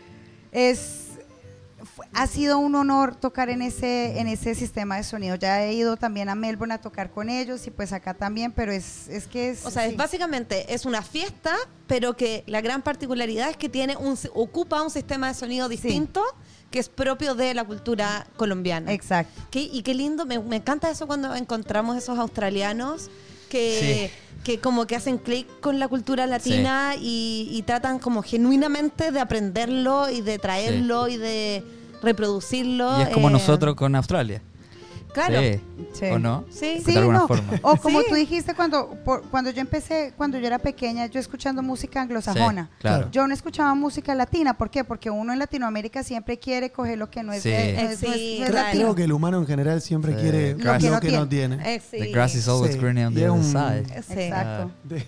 es fu- ha sido un honor tocar en ese, en ese sistema de sonido. Ya he ido también a Melbourne a tocar con ellos y pues acá también, pero es, es que es... O sea, es sí. básicamente es una fiesta, pero que la gran particularidad es que tiene un, ocupa un sistema de sonido distinto que es propio de la cultura colombiana. Exacto. Qué- y qué lindo, me, me encanta eso cuando encontramos esos australianos que, que como que hacen clic con la cultura latina y, y tratan como genuinamente de aprenderlo y de traerlo y de reproducirlo. Y es como eh, nosotros con Australia. Claro. Sí. Sí. ¿O no? Sí. Sí, de alguna no. forma. O como Sí. tú dijiste cuando por- cuando yo empecé, cuando yo era pequeña, yo escuchando música anglosajona. Sí, claro. Yo no escuchaba música latina, ¿por qué? Porque uno en Latinoamérica siempre quiere coger lo que no es, Sí. de- no es- Sí, no es- no es Creo, claro. latino. creo que el humano en general siempre Sí. quiere Lo lo que que, no no tiene. tiene. Eh, sí. The grass is always Sí. greener on Y the es other un- side. Sí. Exacto. De-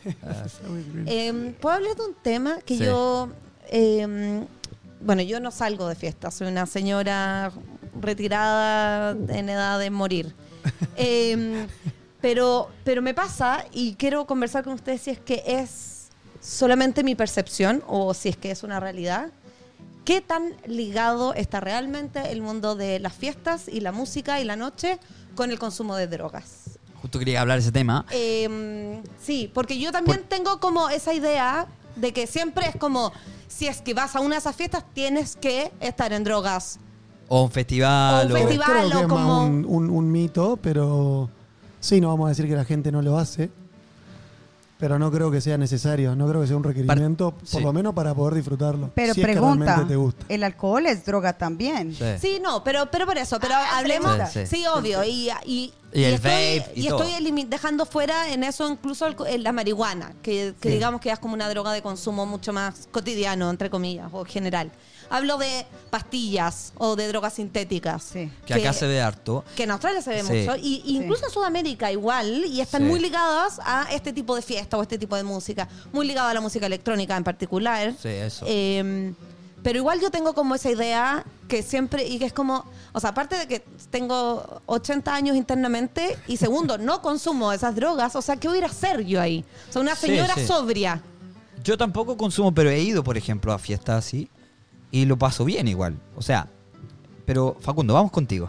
Eh, ¿Puedo hablar de un tema que Sí. yo... eh, bueno, yo no salgo de fiesta, soy una señora retirada en edad de morir. Eh, pero, pero me pasa, y quiero conversar con ustedes si es que es solamente mi percepción o si es que es una realidad. ¿Qué tan ligado está realmente el mundo de las fiestas y la música y la noche con el consumo de drogas? Justo quería hablar de ese tema. Eh, sí, porque yo también Por- tengo como esa idea de que siempre es como, si es que vas a una de esas fiestas, tienes que estar en drogas. O un festival. O un o- festival. Creo que o es como- más un, un- un mito, pero sí, no vamos a decir que la gente no lo hace. Pero no creo que sea necesario, no creo que sea un requerimiento, por sí. lo menos para poder disfrutarlo. Pero si es que pregunta, realmente te gusta. el alcohol es droga también. Sí. Sí, no, pero, pero por eso, pero Ah, hablemos, Sí, sí, sí. obvio, y, y, Y el estoy, vape y y todo. estoy elimi- dejando fuera en eso incluso el co- en la marihuana, que, que Sí. digamos que es como una droga de consumo mucho más cotidiano, entre comillas, o general. Hablo de pastillas o de drogas sintéticas. Sí. Que acá se ve harto. Que en Australia se ve Sí. mucho, y, y incluso en Sudamérica igual, y están Sí. muy ligadas a este tipo de fiesta o este tipo de música, muy ligada a la música electrónica en particular. Sí, eso. Eh, pero igual yo tengo como esa idea que siempre, y que es como, o sea, aparte de que tengo ochenta años internamente, y segundo, no consumo esas drogas, o sea, ¿qué voy a ir a hacer yo ahí? O sea, una Sí, señora sí. sobria. Yo tampoco consumo, pero he ido, por ejemplo, a fiestas así y lo paso bien igual. O sea, pero Facundo, vamos contigo.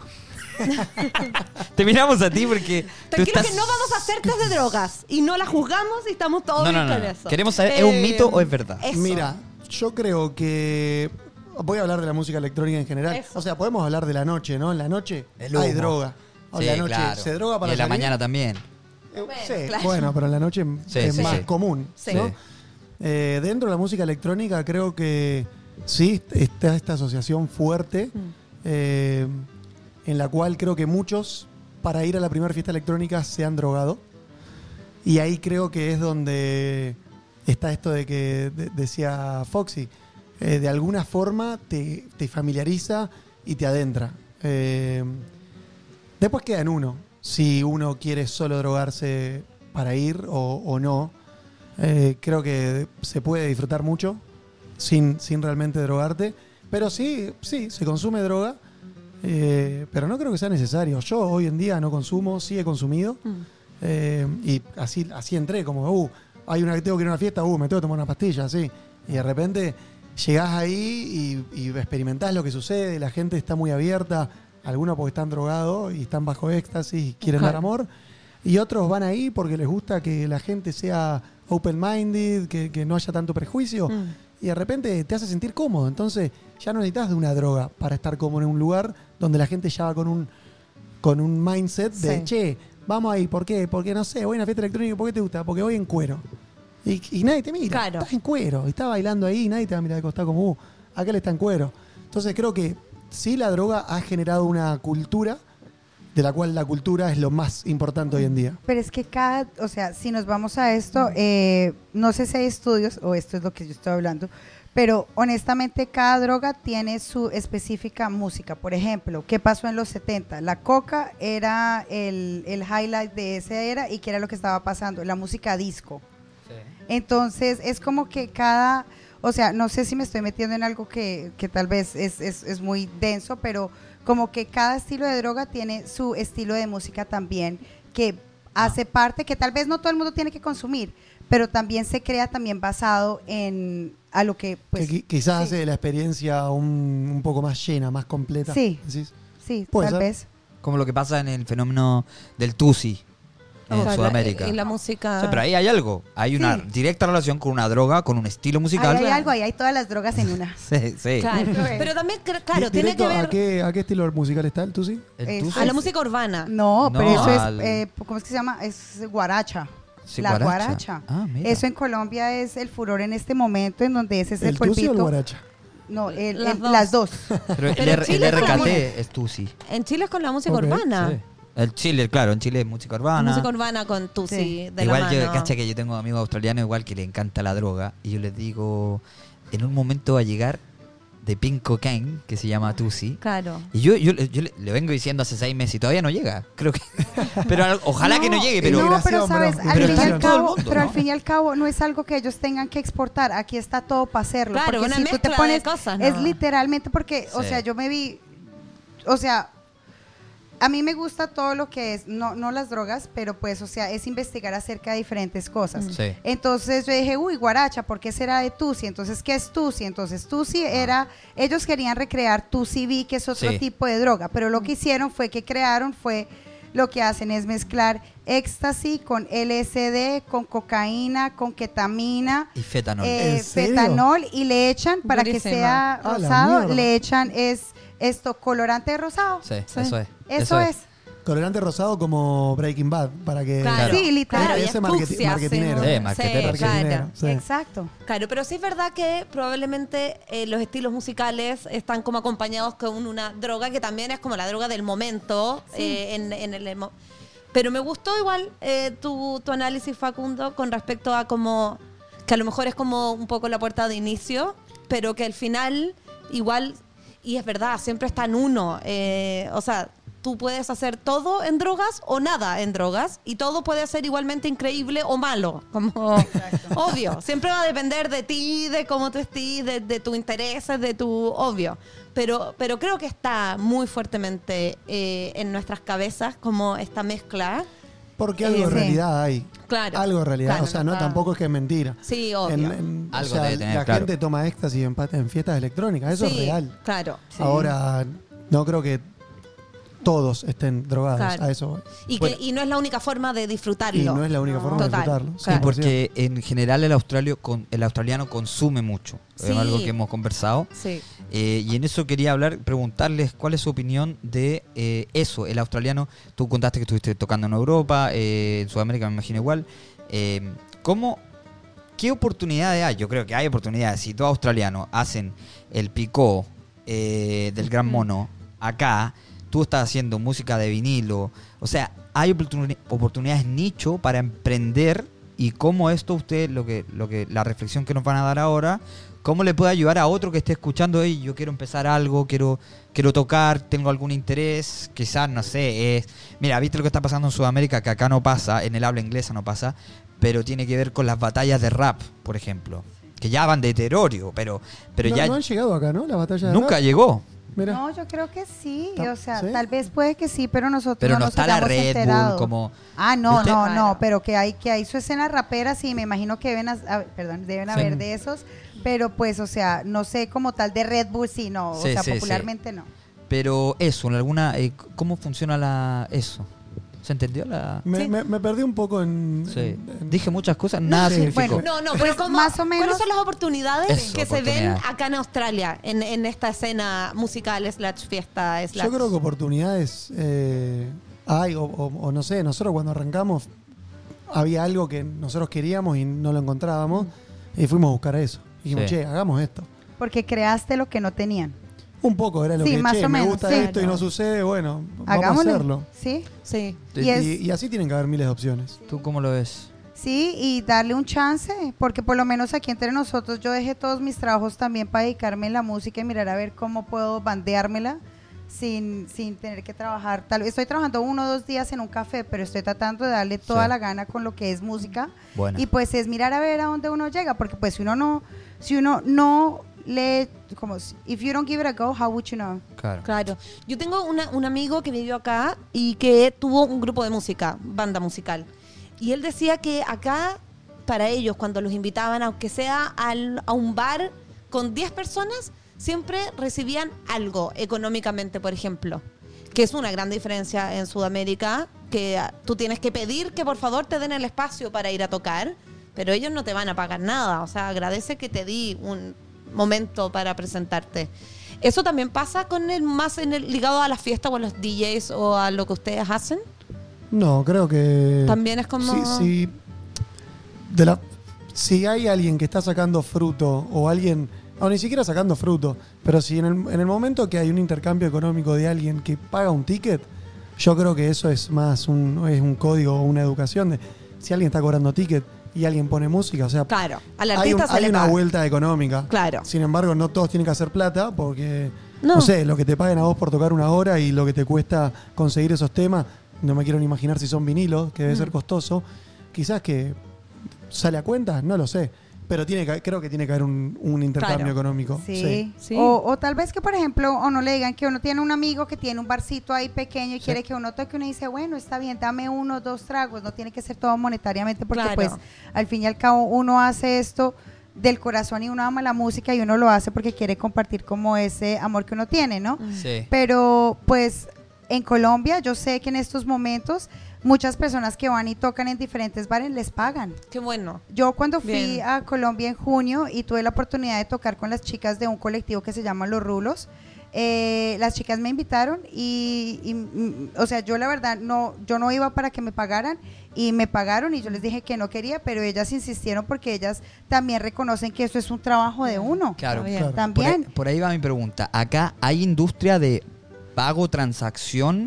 Te miramos a ti porque tú Tranquilo estás... que no vamos a hacer test de drogas, y no la juzgamos y estamos todos No, no, bien no, con no. eso. Queremos saber, ¿es un mito o es verdad? eso. Mira, yo creo que voy a hablar de la música electrónica en general. Eso. O sea, podemos hablar de la noche, ¿no? En la noche El hay humo. droga. O Sí, la noche claro. se droga para Y en la salir. mañana también. Eh, Bueno, sí, claro. bueno, pero en la noche Sí, es sí, más sí. común. Sí. ¿no? Sí. Eh, dentro de la música electrónica creo que sí está esta asociación fuerte Mm. eh, en la cual creo que muchos para ir a la primera fiesta electrónica se han drogado. Y ahí creo que es donde está esto de que de- decía Foxy. Eh, de alguna forma te, te familiariza y te adentra. Eh, después queda en uno, si uno quiere solo drogarse para ir o, o no. Eh, creo que se puede disfrutar mucho sin, sin realmente drogarte, Pero sí, sí, se consume droga, eh, pero no creo que sea necesario. Yo hoy en día no consumo, sí he consumido, Mm. eh, y así, así entré, como, uh, hay una que tengo que ir a una fiesta, uh, me tengo que tomar una pastilla, así. Y de repente llegás ahí y, y experimentás lo que sucede, la gente está muy abierta, algunos porque están drogados y están bajo éxtasis y quieren Claro. dar amor, y otros van ahí porque les gusta que la gente sea open-minded, que, que no haya tanto prejuicio, Mm. y de repente te hace sentir cómodo. Entonces ya no necesitas de una droga para estar cómodo en un lugar donde la gente ya va con un, con un mindset de, Sí. che, vamos ahí, ¿por qué? Porque no sé, voy a una fiesta electrónica, ¿por qué te gusta? Porque voy en cuero. Y, y nadie te mira, Claro. estás en cuero, y estás bailando ahí y nadie te va a mirar de costado como, uh, aquel está en cuero. Entonces creo que sí la droga ha generado una cultura, de la cual la cultura es lo más importante hoy en día. Pero es que cada, o sea, si nos vamos a esto, eh, no sé si hay estudios, o esto es lo que yo estoy hablando, pero honestamente cada droga tiene su específica música. Por ejemplo, ¿qué pasó en los setenta? La coca era el, el highlight de esa era y ¿qué era lo que estaba pasando? La música disco. Entonces es como que cada, o sea, no sé si me estoy metiendo en algo que, que tal vez es, es, es muy denso, pero como que cada estilo de droga tiene su estilo de música también, que hace parte, que tal vez no todo el mundo tiene que consumir, pero también se crea también basado en a lo que pues que qui- quizás sí. hace la experiencia un, un poco más llena, más completa. Sí. ¿Decís? sí, Puede tal ser. vez. Como lo que pasa en el fenómeno del Tusi en Claro, Sudamérica. Y la música... O sea, pero ahí hay algo. Hay una Sí. directa relación con una droga, con un estilo musical. Ahí hay algo, ahí hay todas las drogas en una. Sí, sí. Claro. Pero también, cr- claro, Di- tiene que directo, ver ¿a qué, ¿A qué estilo musical está el Tusi? El Es- Tusi. a la música urbana. No, No, pero eso al- es, eh, ¿cómo es que se llama? Es guaracha. Sí, la guaracha. guaracha. Ah, mira. Eso en Colombia es el furor en este momento, en donde ese es el, ¿El Tusi o el polvito. Guaracha? No, el- Las el- dos. las dos. Pero el, Pero R- Chile el es como- R K T es Tusi. En Chile es con la música Ok, urbana. Sí. El Chile, claro, en Chile es música urbana. Música urbana con Tusi Sí. de Igual la yo, mano. cacha que yo tengo amigos australianos igual que le encanta la droga y yo les digo, en un momento va a llegar de Pink Cocaine, que se llama Tusi. Claro. Y yo, yo, yo le, le vengo diciendo hace seis meses y todavía no llega. Creo que. Pero al- ojalá que no llegue, pero. no, pero Migración, sabes, bro. al Pero fin y está al en todo el cabo, mundo, pero ¿no? al fin y al cabo no es algo que ellos tengan que exportar. Aquí está todo para hacerlo. Claro, porque una si tú te mezcla pones, de cosas, ¿no? es literalmente porque, o Sí. sea, yo me vi, o sea, a mí me gusta todo lo que es, no, no las drogas, pero pues, o sea, es investigar acerca de diferentes cosas. Sí. Entonces yo dije, uy, guaracha, ¿por qué será de Tusi? Entonces, ¿qué es Tusi? Entonces, Tusi era, ellos querían recrear Tusi B, que es otro Sí. tipo de droga, pero lo que hicieron fue que crearon, fue, lo que hacen es mezclar éxtasis con L S D, con cocaína, con ketamina, Y fetanol. eh, ¿En serio? fetanol, y le echan, para Durísima. que sea A la rosado, mierda. le echan es esto, colorante rosado. Sí, Sí. eso es. Eso, es. Colorante rosado como Breaking Bad, para que... Claro. Sí, literal. Claro, y Ese es marketi- fucsia, marketinero. sí. Sí, marketero. Sí, claro. Marketinero, sí. Exacto. Claro, pero sí es verdad que probablemente eh, los estilos musicales están como acompañados con una droga que también es como la droga del momento. eh, en, en el emo- Pero me gustó igual eh, tu, tu análisis, Facundo, con respecto a como que a lo mejor es como un poco la puerta de inicio, pero que al final igual, y es verdad, siempre está en uno. eh, o sea, tú puedes hacer todo en drogas o nada en drogas y todo puede ser igualmente increíble o malo. Como obvio, siempre va a depender de ti, de cómo tú estés, de, de tus intereses, de tu obvio. Pero, pero creo que está muy fuertemente eh, en nuestras cabezas como esta mezcla. Porque algo Eh, de sí. realidad hay. Claro. Algo de realidad. Claro, o sea, no no, está- tampoco es que es mentira. Sí, obvio. En- en- o Algo sea, debe tener, la claro. gente toma éxtasis en, pa- en fiestas electrónicas. Eso Sí, es real. Claro. Ahora, no creo que todos estén drogados. Claro. A eso voy. Y, Bueno. que, y no es la única forma de disfrutarlo. Y no es la única forma Total, de disfrutarlo. claro. Sí, cien por ciento. porque en general el, australio con, el australiano consume mucho. Sí. Es algo que hemos conversado. Sí. Eh, y en eso quería hablar, preguntarles cuál es su opinión de eh, eso, el australiano. Tú contaste que estuviste tocando en Europa, eh, en Sudamérica me imagino igual. Eh, ¿Cómo, qué oportunidades hay? Yo creo que hay oportunidades. Si todos australianos hacen el picó eh, del Gran Mono acá, tú estás haciendo música de vinilo. O sea, hay oportuni- oportunidades nicho para emprender. Y cómo esto usted, lo que, lo que, la reflexión que nos van a dar ahora, cómo le puede ayudar a otro que esté escuchando, hey, yo quiero empezar algo, quiero, quiero tocar, tengo algún interés, quizás, no sé, es, mira, viste lo que está pasando en Sudamérica, que acá no pasa, en el habla inglesa no pasa, pero tiene que ver con las batallas de rap, por ejemplo, que ya van de deterioro, pero, pero no, ya no han llegado acá, ¿no? La batalla de nunca rap. llegó. Mira. No, yo creo que sí, Ta- o sea, ¿sí? tal vez puede que sí, pero nosotros Pero no, no nos está la hayamos Red enterado. Bull como... Ah, no, ¿Viste? no, Claro. no, pero que hay que hay su escena rapera, sí, me imagino que deben, as- a- perdón, deben Sí. haber de esos, pero pues, o sea, no sé como tal de Red Bull, sí, no, Sí, o sea, sí, popularmente no. Pero eso, en alguna... eh, ¿Cómo funciona la eso? ¿Se entendió la...? Me, Sí. me- me perdí un poco en... Sí. en- en- Dije muchas cosas, nada Sí, significó. bueno, No, no, Pues, pero como, más o menos- ¿cuáles son las oportunidades Eso, que se ven oportunidades. acá en Australia, en, en esta escena musical, slash fiesta, slash... Yo creo que oportunidades eh, hay, o, o- o no sé, nosotros cuando arrancamos había algo que nosotros queríamos y no lo encontrábamos y fuimos a buscar eso. Y dijimos, Sí. che, hagamos esto. Porque creaste lo que no tenían. Un poco era lo Sí, que, más che, o me menos, gusta sí. esto y no sucede, bueno, vamos Hagámoslo. a hacerlo. Sí, Sí. Sí. y es- Y, y así tienen que haber miles de opciones. ¿Tú cómo lo ves? sí, y darle un chance, porque por lo menos aquí entre nosotros yo dejé todos mis trabajos también para dedicarme en la música y mirar a ver cómo puedo bandeármela sin, sin tener que trabajar. Tal vez estoy trabajando uno o dos días en un café, pero estoy tratando de darle toda Sí. la gana con lo que es música. Bueno. Y pues es mirar a ver a dónde uno llega, porque pues si uno no, si uno no le, como, if you don't give it a go, how would you know? Claro. Claro. Yo tengo una- un amigo que vivió acá y que tuvo un grupo de música, banda musical. Y él decía que acá, para ellos, cuando los invitaban, aunque sea al- a un bar con diez personas, siempre recibían algo económicamente, por ejemplo. Que es una gran diferencia en Sudamérica, que ah, tú tienes que pedir que por favor te den el espacio para ir a tocar, pero ellos no te van a pagar nada. O sea, agradece que te di un momento para presentarte. ¿Eso también pasa con el más en el, ligado a las fiestas o a los D Js o a lo que ustedes hacen? No, creo que... También es como... Si, si, de la, si hay alguien que está sacando fruto o alguien, o ni siquiera sacando fruto, pero si en el, en el momento que hay un intercambio económico de alguien que paga un ticket, yo creo que eso es más un, es un código o una educación de si alguien está cobrando ticket y alguien pone música, o sea, Claro, al hay, artista un- se hay le una paga. vuelta económica. Claro. Sin embargo, no todos tienen que hacer plata porque, No. no. sé, lo que te paguen a vos por tocar una hora y lo que te cuesta conseguir esos temas, no me quiero ni imaginar si son vinilos, que debe Mm. ser costoso. Quizás que sale a cuenta, no lo sé. Pero tiene que, creo que tiene que haber un, un intercambio Claro. económico. Sí. Sí. O, o tal vez que, por ejemplo, o no le digan que uno tiene un amigo que tiene un barcito ahí pequeño y Sí. quiere que uno toque, uno dice, bueno, está bien, dame uno o dos tragos, no tiene que ser todo monetariamente, porque Claro. pues al fin y al cabo uno hace esto del corazón y uno ama la música y uno lo hace porque quiere compartir como ese amor que uno tiene, ¿no? Sí. Pero pues en Colombia yo sé que en estos momentos muchas personas que van y tocan en diferentes bares les pagan. Qué bueno. Yo cuando fui Bien. a Colombia en junio y tuve la oportunidad de tocar con las chicas de un colectivo que se llama Los Rulos, eh, las chicas me invitaron y, y, mm, o sea, yo la verdad no, yo no iba para que me pagaran y me pagaron y yo les dije que no quería, pero ellas insistieron porque ellas también reconocen que eso es un trabajo de uno. Claro. Está bien. Claro. Por ahí, También. por ahí va mi pregunta. Acá hay industria de pago, transacción,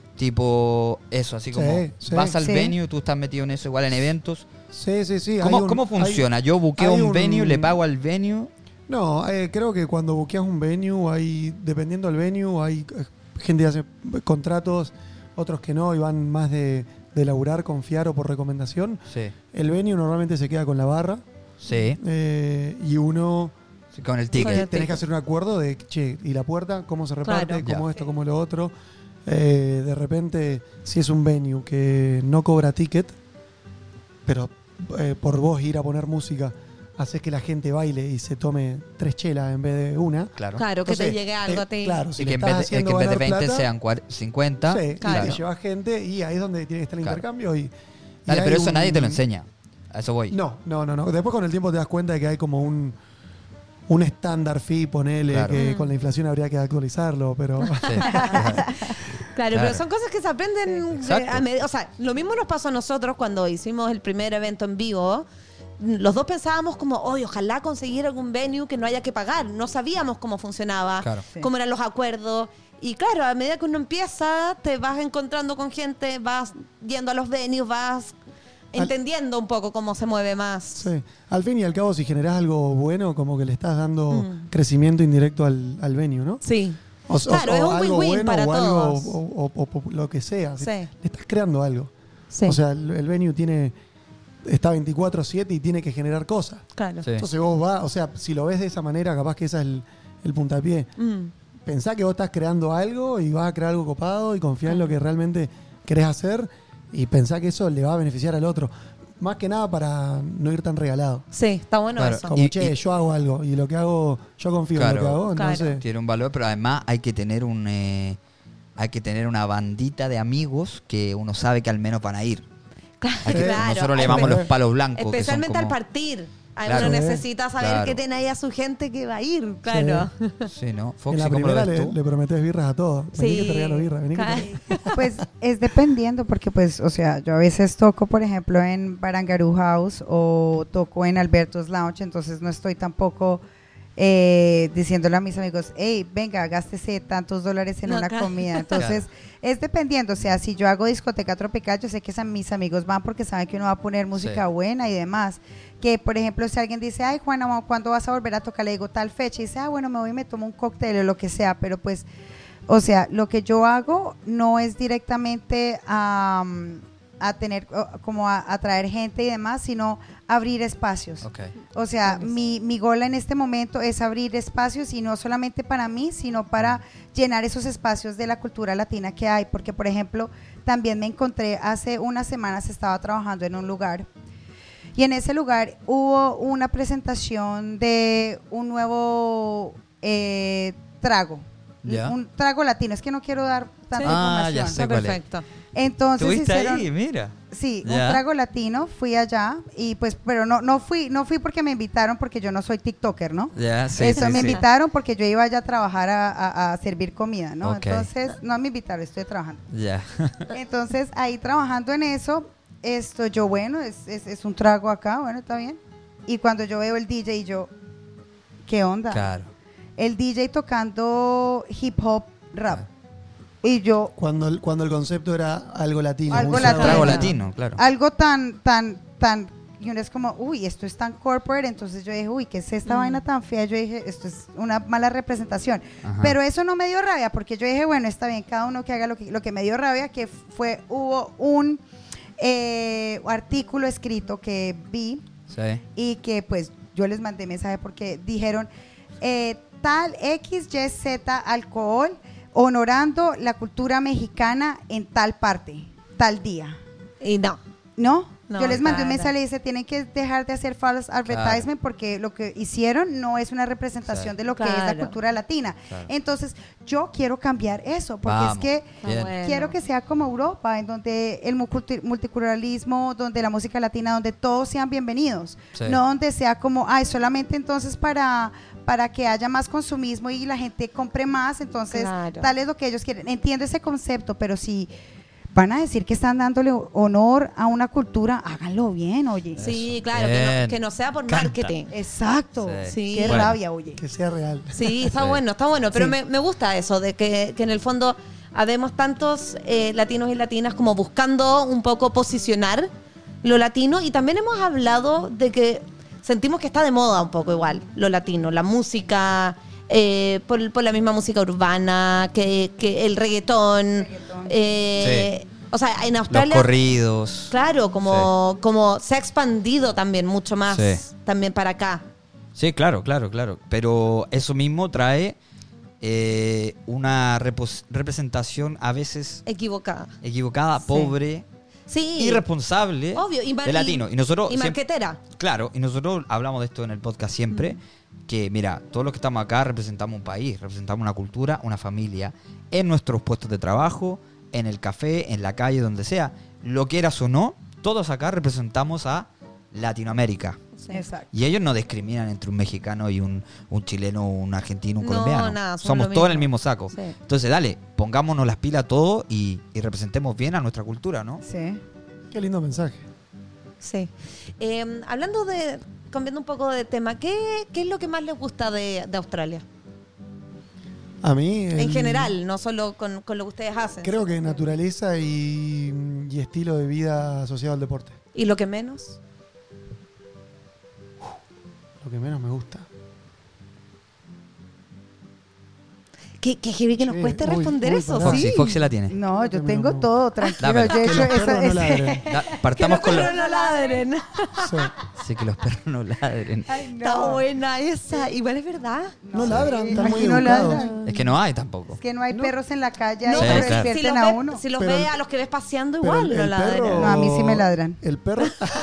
tipo eso, así como Sí, sí. vas al Sí. venue, tú estás metido en eso, igual en eventos. Sí, sí, sí. ¿Cómo, hay un- cómo hay- funciona? Yo buqueo hay un, un- venue, le pago al venue. No, eh, creo que cuando buqueas un venue, hay, dependiendo del venue, hay eh, gente que hace contratos, otros que no, y van más de, de laburar, confiar o por recomendación. Sí. El venue normalmente se queda con la barra Sí. eh, y uno Sí, con el Con el ticket. tenés ticket. que hacer un acuerdo de, che, ¿y la puerta? ¿Cómo se reparte? Claro. ¿Cómo Ya. esto? ¿Cómo lo otro? Eh, de repente, si es un venue que no cobra ticket, pero eh, por vos ir a poner música, haces que la gente baile y se tome tres chelas en vez de una. Claro. Claro, que te Entonces, llegue algo eh, a ti. Claro, si Y le que en estás vez de, haciendo que en vez de ganar veinte plata, sean cuar- cincuenta. sí, y Claro. te llevas gente y ahí es donde tiene que estar el Claro. intercambio. Y, y Dale, hay pero eso un- nadie te lo enseña. A eso voy. No, no, no, no. Después con el tiempo te das cuenta de que hay como un un estándar fee, ponele, Claro. que Mm. con la inflación habría que actualizarlo, pero Sí. Claro, Claro. pero son cosas que se aprenden. de- Exacto. a med- o sea, lo mismo nos pasó a nosotros cuando hicimos el primer evento en vivo. Los dos pensábamos como, oye, ojalá conseguir algún venue que no haya que pagar. No sabíamos cómo funcionaba, Claro. Sí. cómo eran los acuerdos. Y claro, a medida que uno empieza, te vas encontrando con gente, vas yendo a los venues, vas entendiendo un poco cómo se mueve más. sí. Al fin y al cabo, si generás algo bueno, como que le estás dando Mm. crecimiento indirecto al, al venue, ¿no? Sí. O, Claro, o- es o un algo win-win bueno para o algo todos. o, o- o- o lo que sea. Sí. Le estás creando algo. Sí. O sea, el, el venue tiene está veinticuatro siete y tiene que generar cosas. Claro. Sí. Entonces vos vas, o sea, si lo ves de esa manera, capaz que ese es el, el puntapié. Mm. Pensá que vos estás creando algo y vas a crear algo copado y confía en lo que realmente querés hacer y pensá que eso le va a beneficiar al otro. Más que nada para no ir tan regalado. Sí, está bueno Claro. eso. Como, Y- che, y- yo hago algo y lo que hago, yo confío Claro. en lo que hago, Claro. entonces... Tiene un valor, pero además hay que tener un eh, hay que tener una bandita de amigos que uno sabe que al menos van a ir. Hay que- Claro. Nosotros le llamamos Espe- los palos blancos. que son Especialmente al como- partir. Ahí Claro. uno Sí. necesita saber Claro. que tiene ahí a su gente que va a ir. Claro. Sí, ¿no? En Foxy, la ¿cómo lo primera ves le, tú? le prometés birras a todos. Vení Sí. que te regalo birra, vení que te regalo- Pues es dependiendo, porque pues, o sea, yo a veces toco, por ejemplo, en Barangaroo House o toco en Alberto's Lounge, entonces no estoy tampoco eh, diciéndole a mis amigos, hey, venga, gástese tantos dólares en No, una claro. comida. Entonces, es dependiendo, o sea, si yo hago discoteca tropical, yo sé que esa- mis amigos van porque saben que uno va a poner música Sí. buena y demás. Que, por ejemplo, si alguien dice, ay, Juana, ¿cuándo vas a volver a tocar? Le digo tal fecha y dice, ah, bueno, me voy y me tomo un cóctel o lo que sea, pero pues... O sea, lo que yo hago no es directamente a, a tener, o, como a atraer gente y demás, sino abrir espacios. Ok. O sea, mi, mi gola en este momento es abrir espacios y no solamente para mí, sino para llenar esos espacios de la cultura latina que hay. Porque, por ejemplo, también me encontré hace unas semanas, estaba trabajando en un lugar y en ese lugar hubo una presentación de un nuevo eh, trago. Ya. Un trago latino, es que no quiero dar tanta Sí. Ah, ya información. sé Está cuál es. perfecto. Entonces ¿Estuviste hicieron, ahí? Mira. sí, Ya. un trago latino, fui allá y pues, pero no, no fui, no fui porque me invitaron porque yo no soy TikToker, ¿no? Ya, sí, Eso sí, me sí. invitaron porque yo iba allá a trabajar a, a- a servir comida, ¿no? Ok. Entonces, no me invitaron, estoy trabajando. Ya. Entonces, ahí trabajando en eso, esto yo, bueno, es, es, es un trago acá, bueno, está bien. Y cuando yo veo el D J y yo, ¿qué onda? Claro. El D J tocando hip hop rap. Y yo, Cuando, el- cuando el concepto era algo latino. Algo muy latino. Trago suave. latino, claro. algo tan, tan, tan, y uno es como, uy, esto es tan corporate, entonces yo dije, uy, ¿qué es esta Mm. vaina tan fea? Yo dije, esto es una mala representación. Ajá. Pero eso no me dio rabia, porque yo dije, bueno, está bien, cada uno que haga lo que, lo que me dio rabia, que fue, hubo un eh, artículo escrito que vi Sí. y que pues yo les mandé mensaje porque dijeron, eh, tal X, Y, Z alcohol honorando la cultura mexicana en tal parte, tal día. Y no. ¿No? No, Yo les mandé un claro. mensaje y dice, tienen que dejar de hacer false advertisement porque lo que hicieron no es una representación Sí. de lo que es la Claro. cultura latina. Claro. Entonces, yo quiero cambiar eso, porque Vamos. es que Está Bien. bueno. quiero que sea como Europa, en donde el multi- multiculturalismo, donde la música latina, donde todos sean bienvenidos, Sí. no donde sea como, ay, solamente entonces para para que haya más consumismo y la gente compre más, entonces Claro. tal es lo que ellos quieren. Entiendo ese concepto, pero si van a decir que están dándole honor a una cultura, háganlo bien, oye. Sí, claro, que Bien. no, que no sea por Canta. marketing. Exacto. Sí. Sí. Qué Bueno. rabia, oye. Que sea real. Sí, está Sí. bueno, está bueno, pero Sí. me, me gusta eso, de que, que en el fondo habemos tantos eh, latinos y latinas como buscando un poco posicionar lo latino y también hemos hablado de que sentimos que está de moda un poco igual lo latino, la música, eh, por, por la misma música urbana, que, que el reggaetón. Reggaetón. eh, Sí. O sea, en Los Australia... corridos. Claro, como, como se ha expandido también mucho más Sí. también para acá. Sí, claro, claro, claro. Pero eso mismo trae eh, una repos- representación a veces Equivocada. equivocada, Sí. pobre, Sí. irresponsable Obvio, y mar- de latino. y- Y nosotros Y siempre- marquetera. claro, y nosotros hablamos de esto en el podcast siempre, que mira, todos los que estamos acá representamos un país, representamos una cultura, una familia, en nuestros puestos de trabajo, en el café, en la calle, donde sea, lo quieras o no, todos acá representamos a Latinoamérica. Exacto. Y ellos no discriminan entre un mexicano y un, un chileno, un argentino, un No, colombiano. nada, son Somos lo todos en el mismo. mismo saco. Sí. Entonces, dale, pongámonos las pilas todos y, y representemos bien a nuestra cultura, ¿no? Sí. Qué lindo mensaje. Sí. Eh, hablando de, cambiando un poco de tema, ¿qué, qué es lo que más les gusta de, de Australia? A mí. En el- general, no solo con, con lo que ustedes hacen. Creo que naturaleza y, y estilo de vida asociado al deporte. ¿Y lo que menos? Lo que menos me gusta. Que, que heavy que nos Sí, cueste uy, responder uy, eso, pará. Foxy, ¿sí? Foxy la tiene. No, yo No, tengo no. todo, tranquilo. Dame. Yo he Que hecho los esa- perros no ese- ladren. Da- partamos con Pero lo... no ladren. Sí. Sí, que los perros no ladren. Ay, no. Está buena esa. Igual es verdad. No ladran, están muy Aquí no educados. ladran. Es que no hay tampoco. Es que no hay No. perros en la calle No, ahí Sí, que claro. si despierten los, a ves, uno. si los Pero ves el- a los que ves paseando, pero igual el- no el ladran. perro- No, a mí sí me ladran. El perro.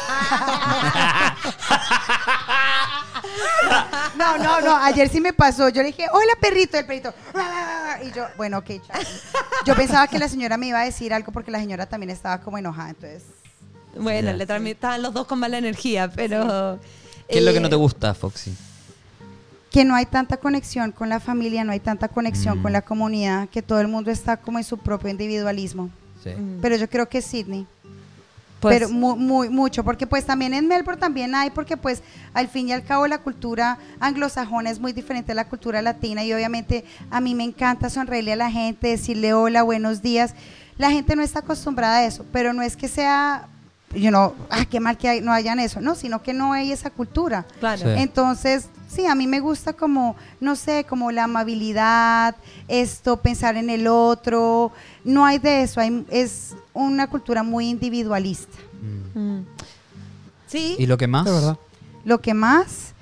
No, no, no, ayer sí me pasó. Yo le dije, hola perrito, el perrito. Y yo, bueno, ok, chao. Yo pensaba que la señora me iba a decir algo porque la señora también estaba como enojada, entonces... Bueno, Ya. le transmitaban los dos con mala energía, pero... ¿Qué es lo que eh, no te gusta, Foxy? Que no hay tanta conexión con la familia, no hay tanta conexión Mm. con la comunidad, que todo el mundo está como en su propio individualismo. Sí. Mm. Pero yo creo que Sydney. Pues, pero muy, muy, mucho, porque pues también en Melbourne también hay, porque pues al fin y al cabo la cultura anglosajona es muy diferente a la cultura latina y obviamente a mí me encanta sonreírle a la gente, decirle hola, buenos días. La gente no está acostumbrada a eso, pero no es que sea, you know, ah, qué mal que hay- no hayan eso, no, sino que no hay esa cultura. claro. Sí. Entonces, sí, a mí me gusta como, no sé, como la amabilidad, esto, pensar en el otro. No hay de eso, hay, es una cultura muy individualista. Mm. Mm. Sí. ¿Y lo que más? De verdad. Lo que más,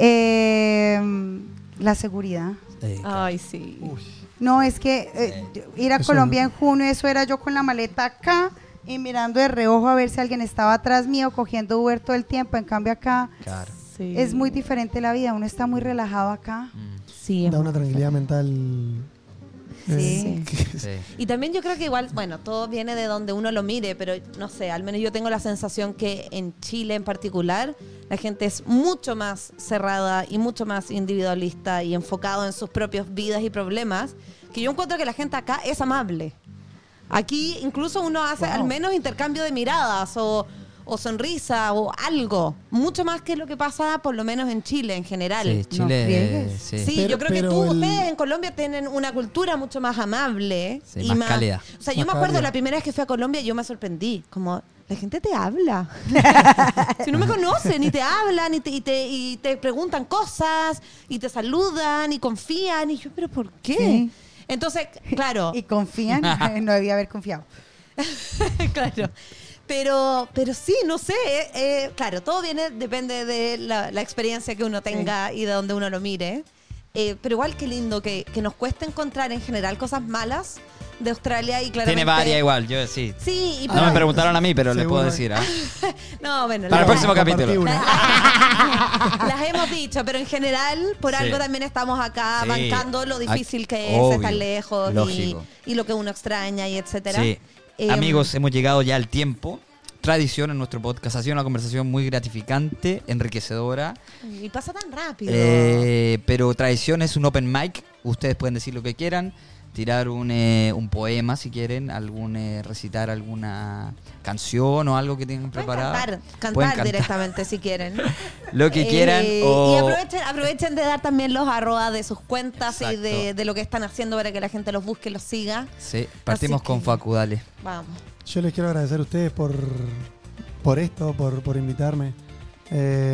eh, la seguridad. Eh, Ay, sí. Uy. No, es que eh, ir a Eso Colombia no. en junio, eso era yo con la maleta acá y mirando de reojo a ver si alguien estaba atrás mío, cogiendo Uber todo el tiempo. En cambio acá Claro. Sí. es muy diferente la vida, uno está muy relajado acá. Mm. Sí, es Da una tranquilidad mental. Sí. que- Sí. Y también yo creo que igual, bueno, todo viene de donde uno lo mire, pero no sé, al menos yo tengo la sensación que en Chile en particular la gente es mucho más cerrada y mucho más individualista y enfocado en sus propias vidas y problemas, que yo encuentro que la gente acá es amable. Aquí incluso uno hace Wow. al menos intercambio de miradas o, o sonrisa o algo, mucho más que lo que pasa por lo menos en Chile en general. Sí, Chile. friegues. Sí. Sí, Pero- yo creo que pero tú, el- ustedes en Colombia tienen una cultura mucho más amable. Sí, y más cálida. O sea, yo Más me acuerdo cálida. la primera vez que fui a Colombia, yo me sorprendí. Como, la gente te habla. Si no me conocen, y te hablan, y te, y, te, y te preguntan cosas, y te saludan, y confían. Y yo, ¿pero por qué? Sí. Entonces, claro. Y confían, no debía haber confiado. Claro. Pero, pero sí, no sé, eh, eh, claro, todo viene, depende de la, la experiencia que uno tenga y de donde uno lo mire. Eh, pero igual qué lindo que, que nos cuesta encontrar en general cosas malas de Australia y claramente... Tiene varias igual, yo sí. Sí, y No me pero- preguntaron a mí, pero les Seguro. puedo decir. ¿ah? No, bueno, Para el la- próximo Compartí capítulo. una. las hemos dicho, pero en general, por Sí. algo también estamos acá Sí. bancando lo difícil que es Obvio. estar lejos y, Lógico. y lo que uno extraña y etcétera. Sí. Eh, Amigos, hemos llegado ya al tiempo. Tradición en nuestro podcast. Ha sido una conversación muy gratificante, enriquecedora. Y pasa tan rápido. Eh, pero tradición es un open mic. Ustedes pueden decir lo que quieran. Tirar un, eh, un poema si quieren. algún eh, Recitar alguna canción o algo que tengan Pueden preparado. cantar, cantar, Pueden cantar directamente si quieren. Lo que quieran. Eh, o- Y aprovechen, aprovechen de dar también los arroba de sus cuentas y Exacto. de, de lo que están haciendo para que la gente los busque, los siga. Sí, partimos Así con que- Facu, dale. Vamos. Yo les quiero agradecer a ustedes por, por esto, por, por invitarme. Eh,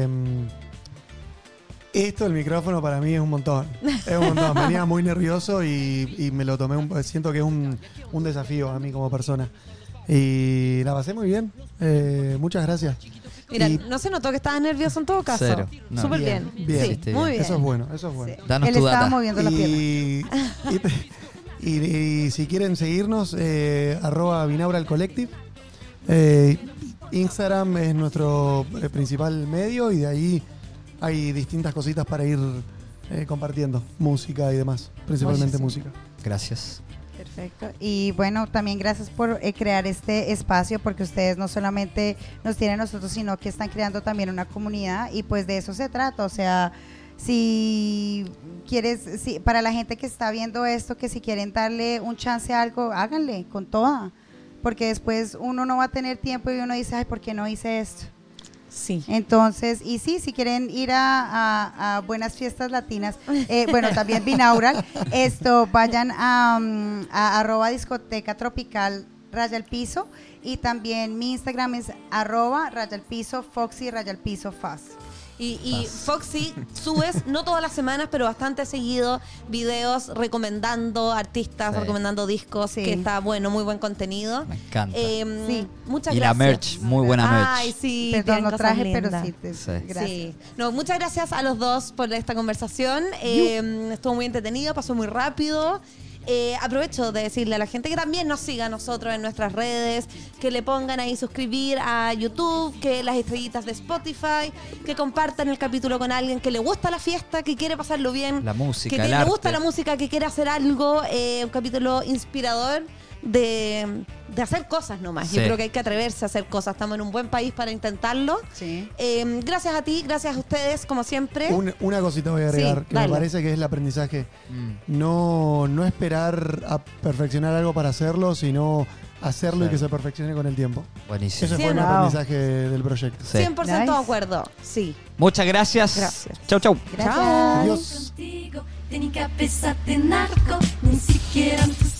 esto, el micrófono, para mí es un montón. Es un montón. Venía muy nervioso y, y me lo tomé. Un, siento que es un, un desafío a mí como persona. Y la pasé muy bien. Eh, muchas gracias. Mira, Y- no se notó que estabas nervioso en todo caso. Cero. No. Súper bien. Bien, Sí, hiciste muy bien. bien. Eso es bueno, eso es bueno. Danos Él tu estaba data. moviendo la pierna. Y, y, y- y si quieren seguirnos, eh, arroba Binaural Collective. Eh, Instagram es nuestro eh, principal medio y de ahí hay distintas cositas para ir eh, compartiendo. Música y demás, principalmente Oye, sí. música. Gracias. Perfecto. Y bueno, también gracias por eh, crear este espacio, porque ustedes no solamente nos tienen a nosotros, sino que están creando también una comunidad y pues de eso se trata. O sea, si quieres, si, para la gente que está viendo esto, que si quieren darle un chance a algo, háganle con toda. Porque después uno no va a tener tiempo y uno dice, ay, ¿por qué no hice esto? Sí. Entonces, y sí, si quieren ir a, a- a buenas fiestas latinas, eh, bueno, también Binaural, esto, vayan a, mm, a arroba discoteca tropical raya al piso y también mi Instagram es arroba raya al piso foxy raya al piso faz. Y, y Foxy, subes, no todas las semanas, pero bastante seguido, videos recomendando artistas, Sí. recomendando discos, Sí. que está bueno, muy buen contenido. Me encanta. Eh, Sí. Muchas Y la gracias. merch, muy buena merch. Ay, sí. Perdón, tienen no cosas traje, pero lindas. sí, te, Sí. gracias. Sí. No, muchas gracias a los dos por esta conversación. Eh, estuvo muy entretenido, pasó muy rápido. Eh, aprovecho de decirle a la gente que también nos siga a nosotros en nuestras redes, que le pongan ahí suscribir a YouTube, que las estrellitas de Spotify, que compartan el capítulo con alguien que le gusta la fiesta, que quiere pasarlo bien, La música, que el le arte. gusta la música, que quiere hacer algo, eh, un capítulo inspirador de, de hacer cosas nomás. Yo Sí. creo que hay que atreverse a hacer cosas. Estamos en un buen país para intentarlo. Sí. Eh, gracias a ti, gracias a ustedes, como siempre. Un- una cosita voy a agregar, Sí, que dale. me parece que es el aprendizaje. Mm. No, no esperar a perfeccionar algo para hacerlo, sino hacerlo y Sí. que se perfeccione con el tiempo. Buenísimo. Ese fue Cien- un Wow. aprendizaje del proyecto. Sí. cien por ciento de Nice. acuerdo. Sí. Muchas gracias. Gracias. Chau, chau. Gracias. Chao. Adiós. Contigo, tem cabeça de narco, nem sequer tus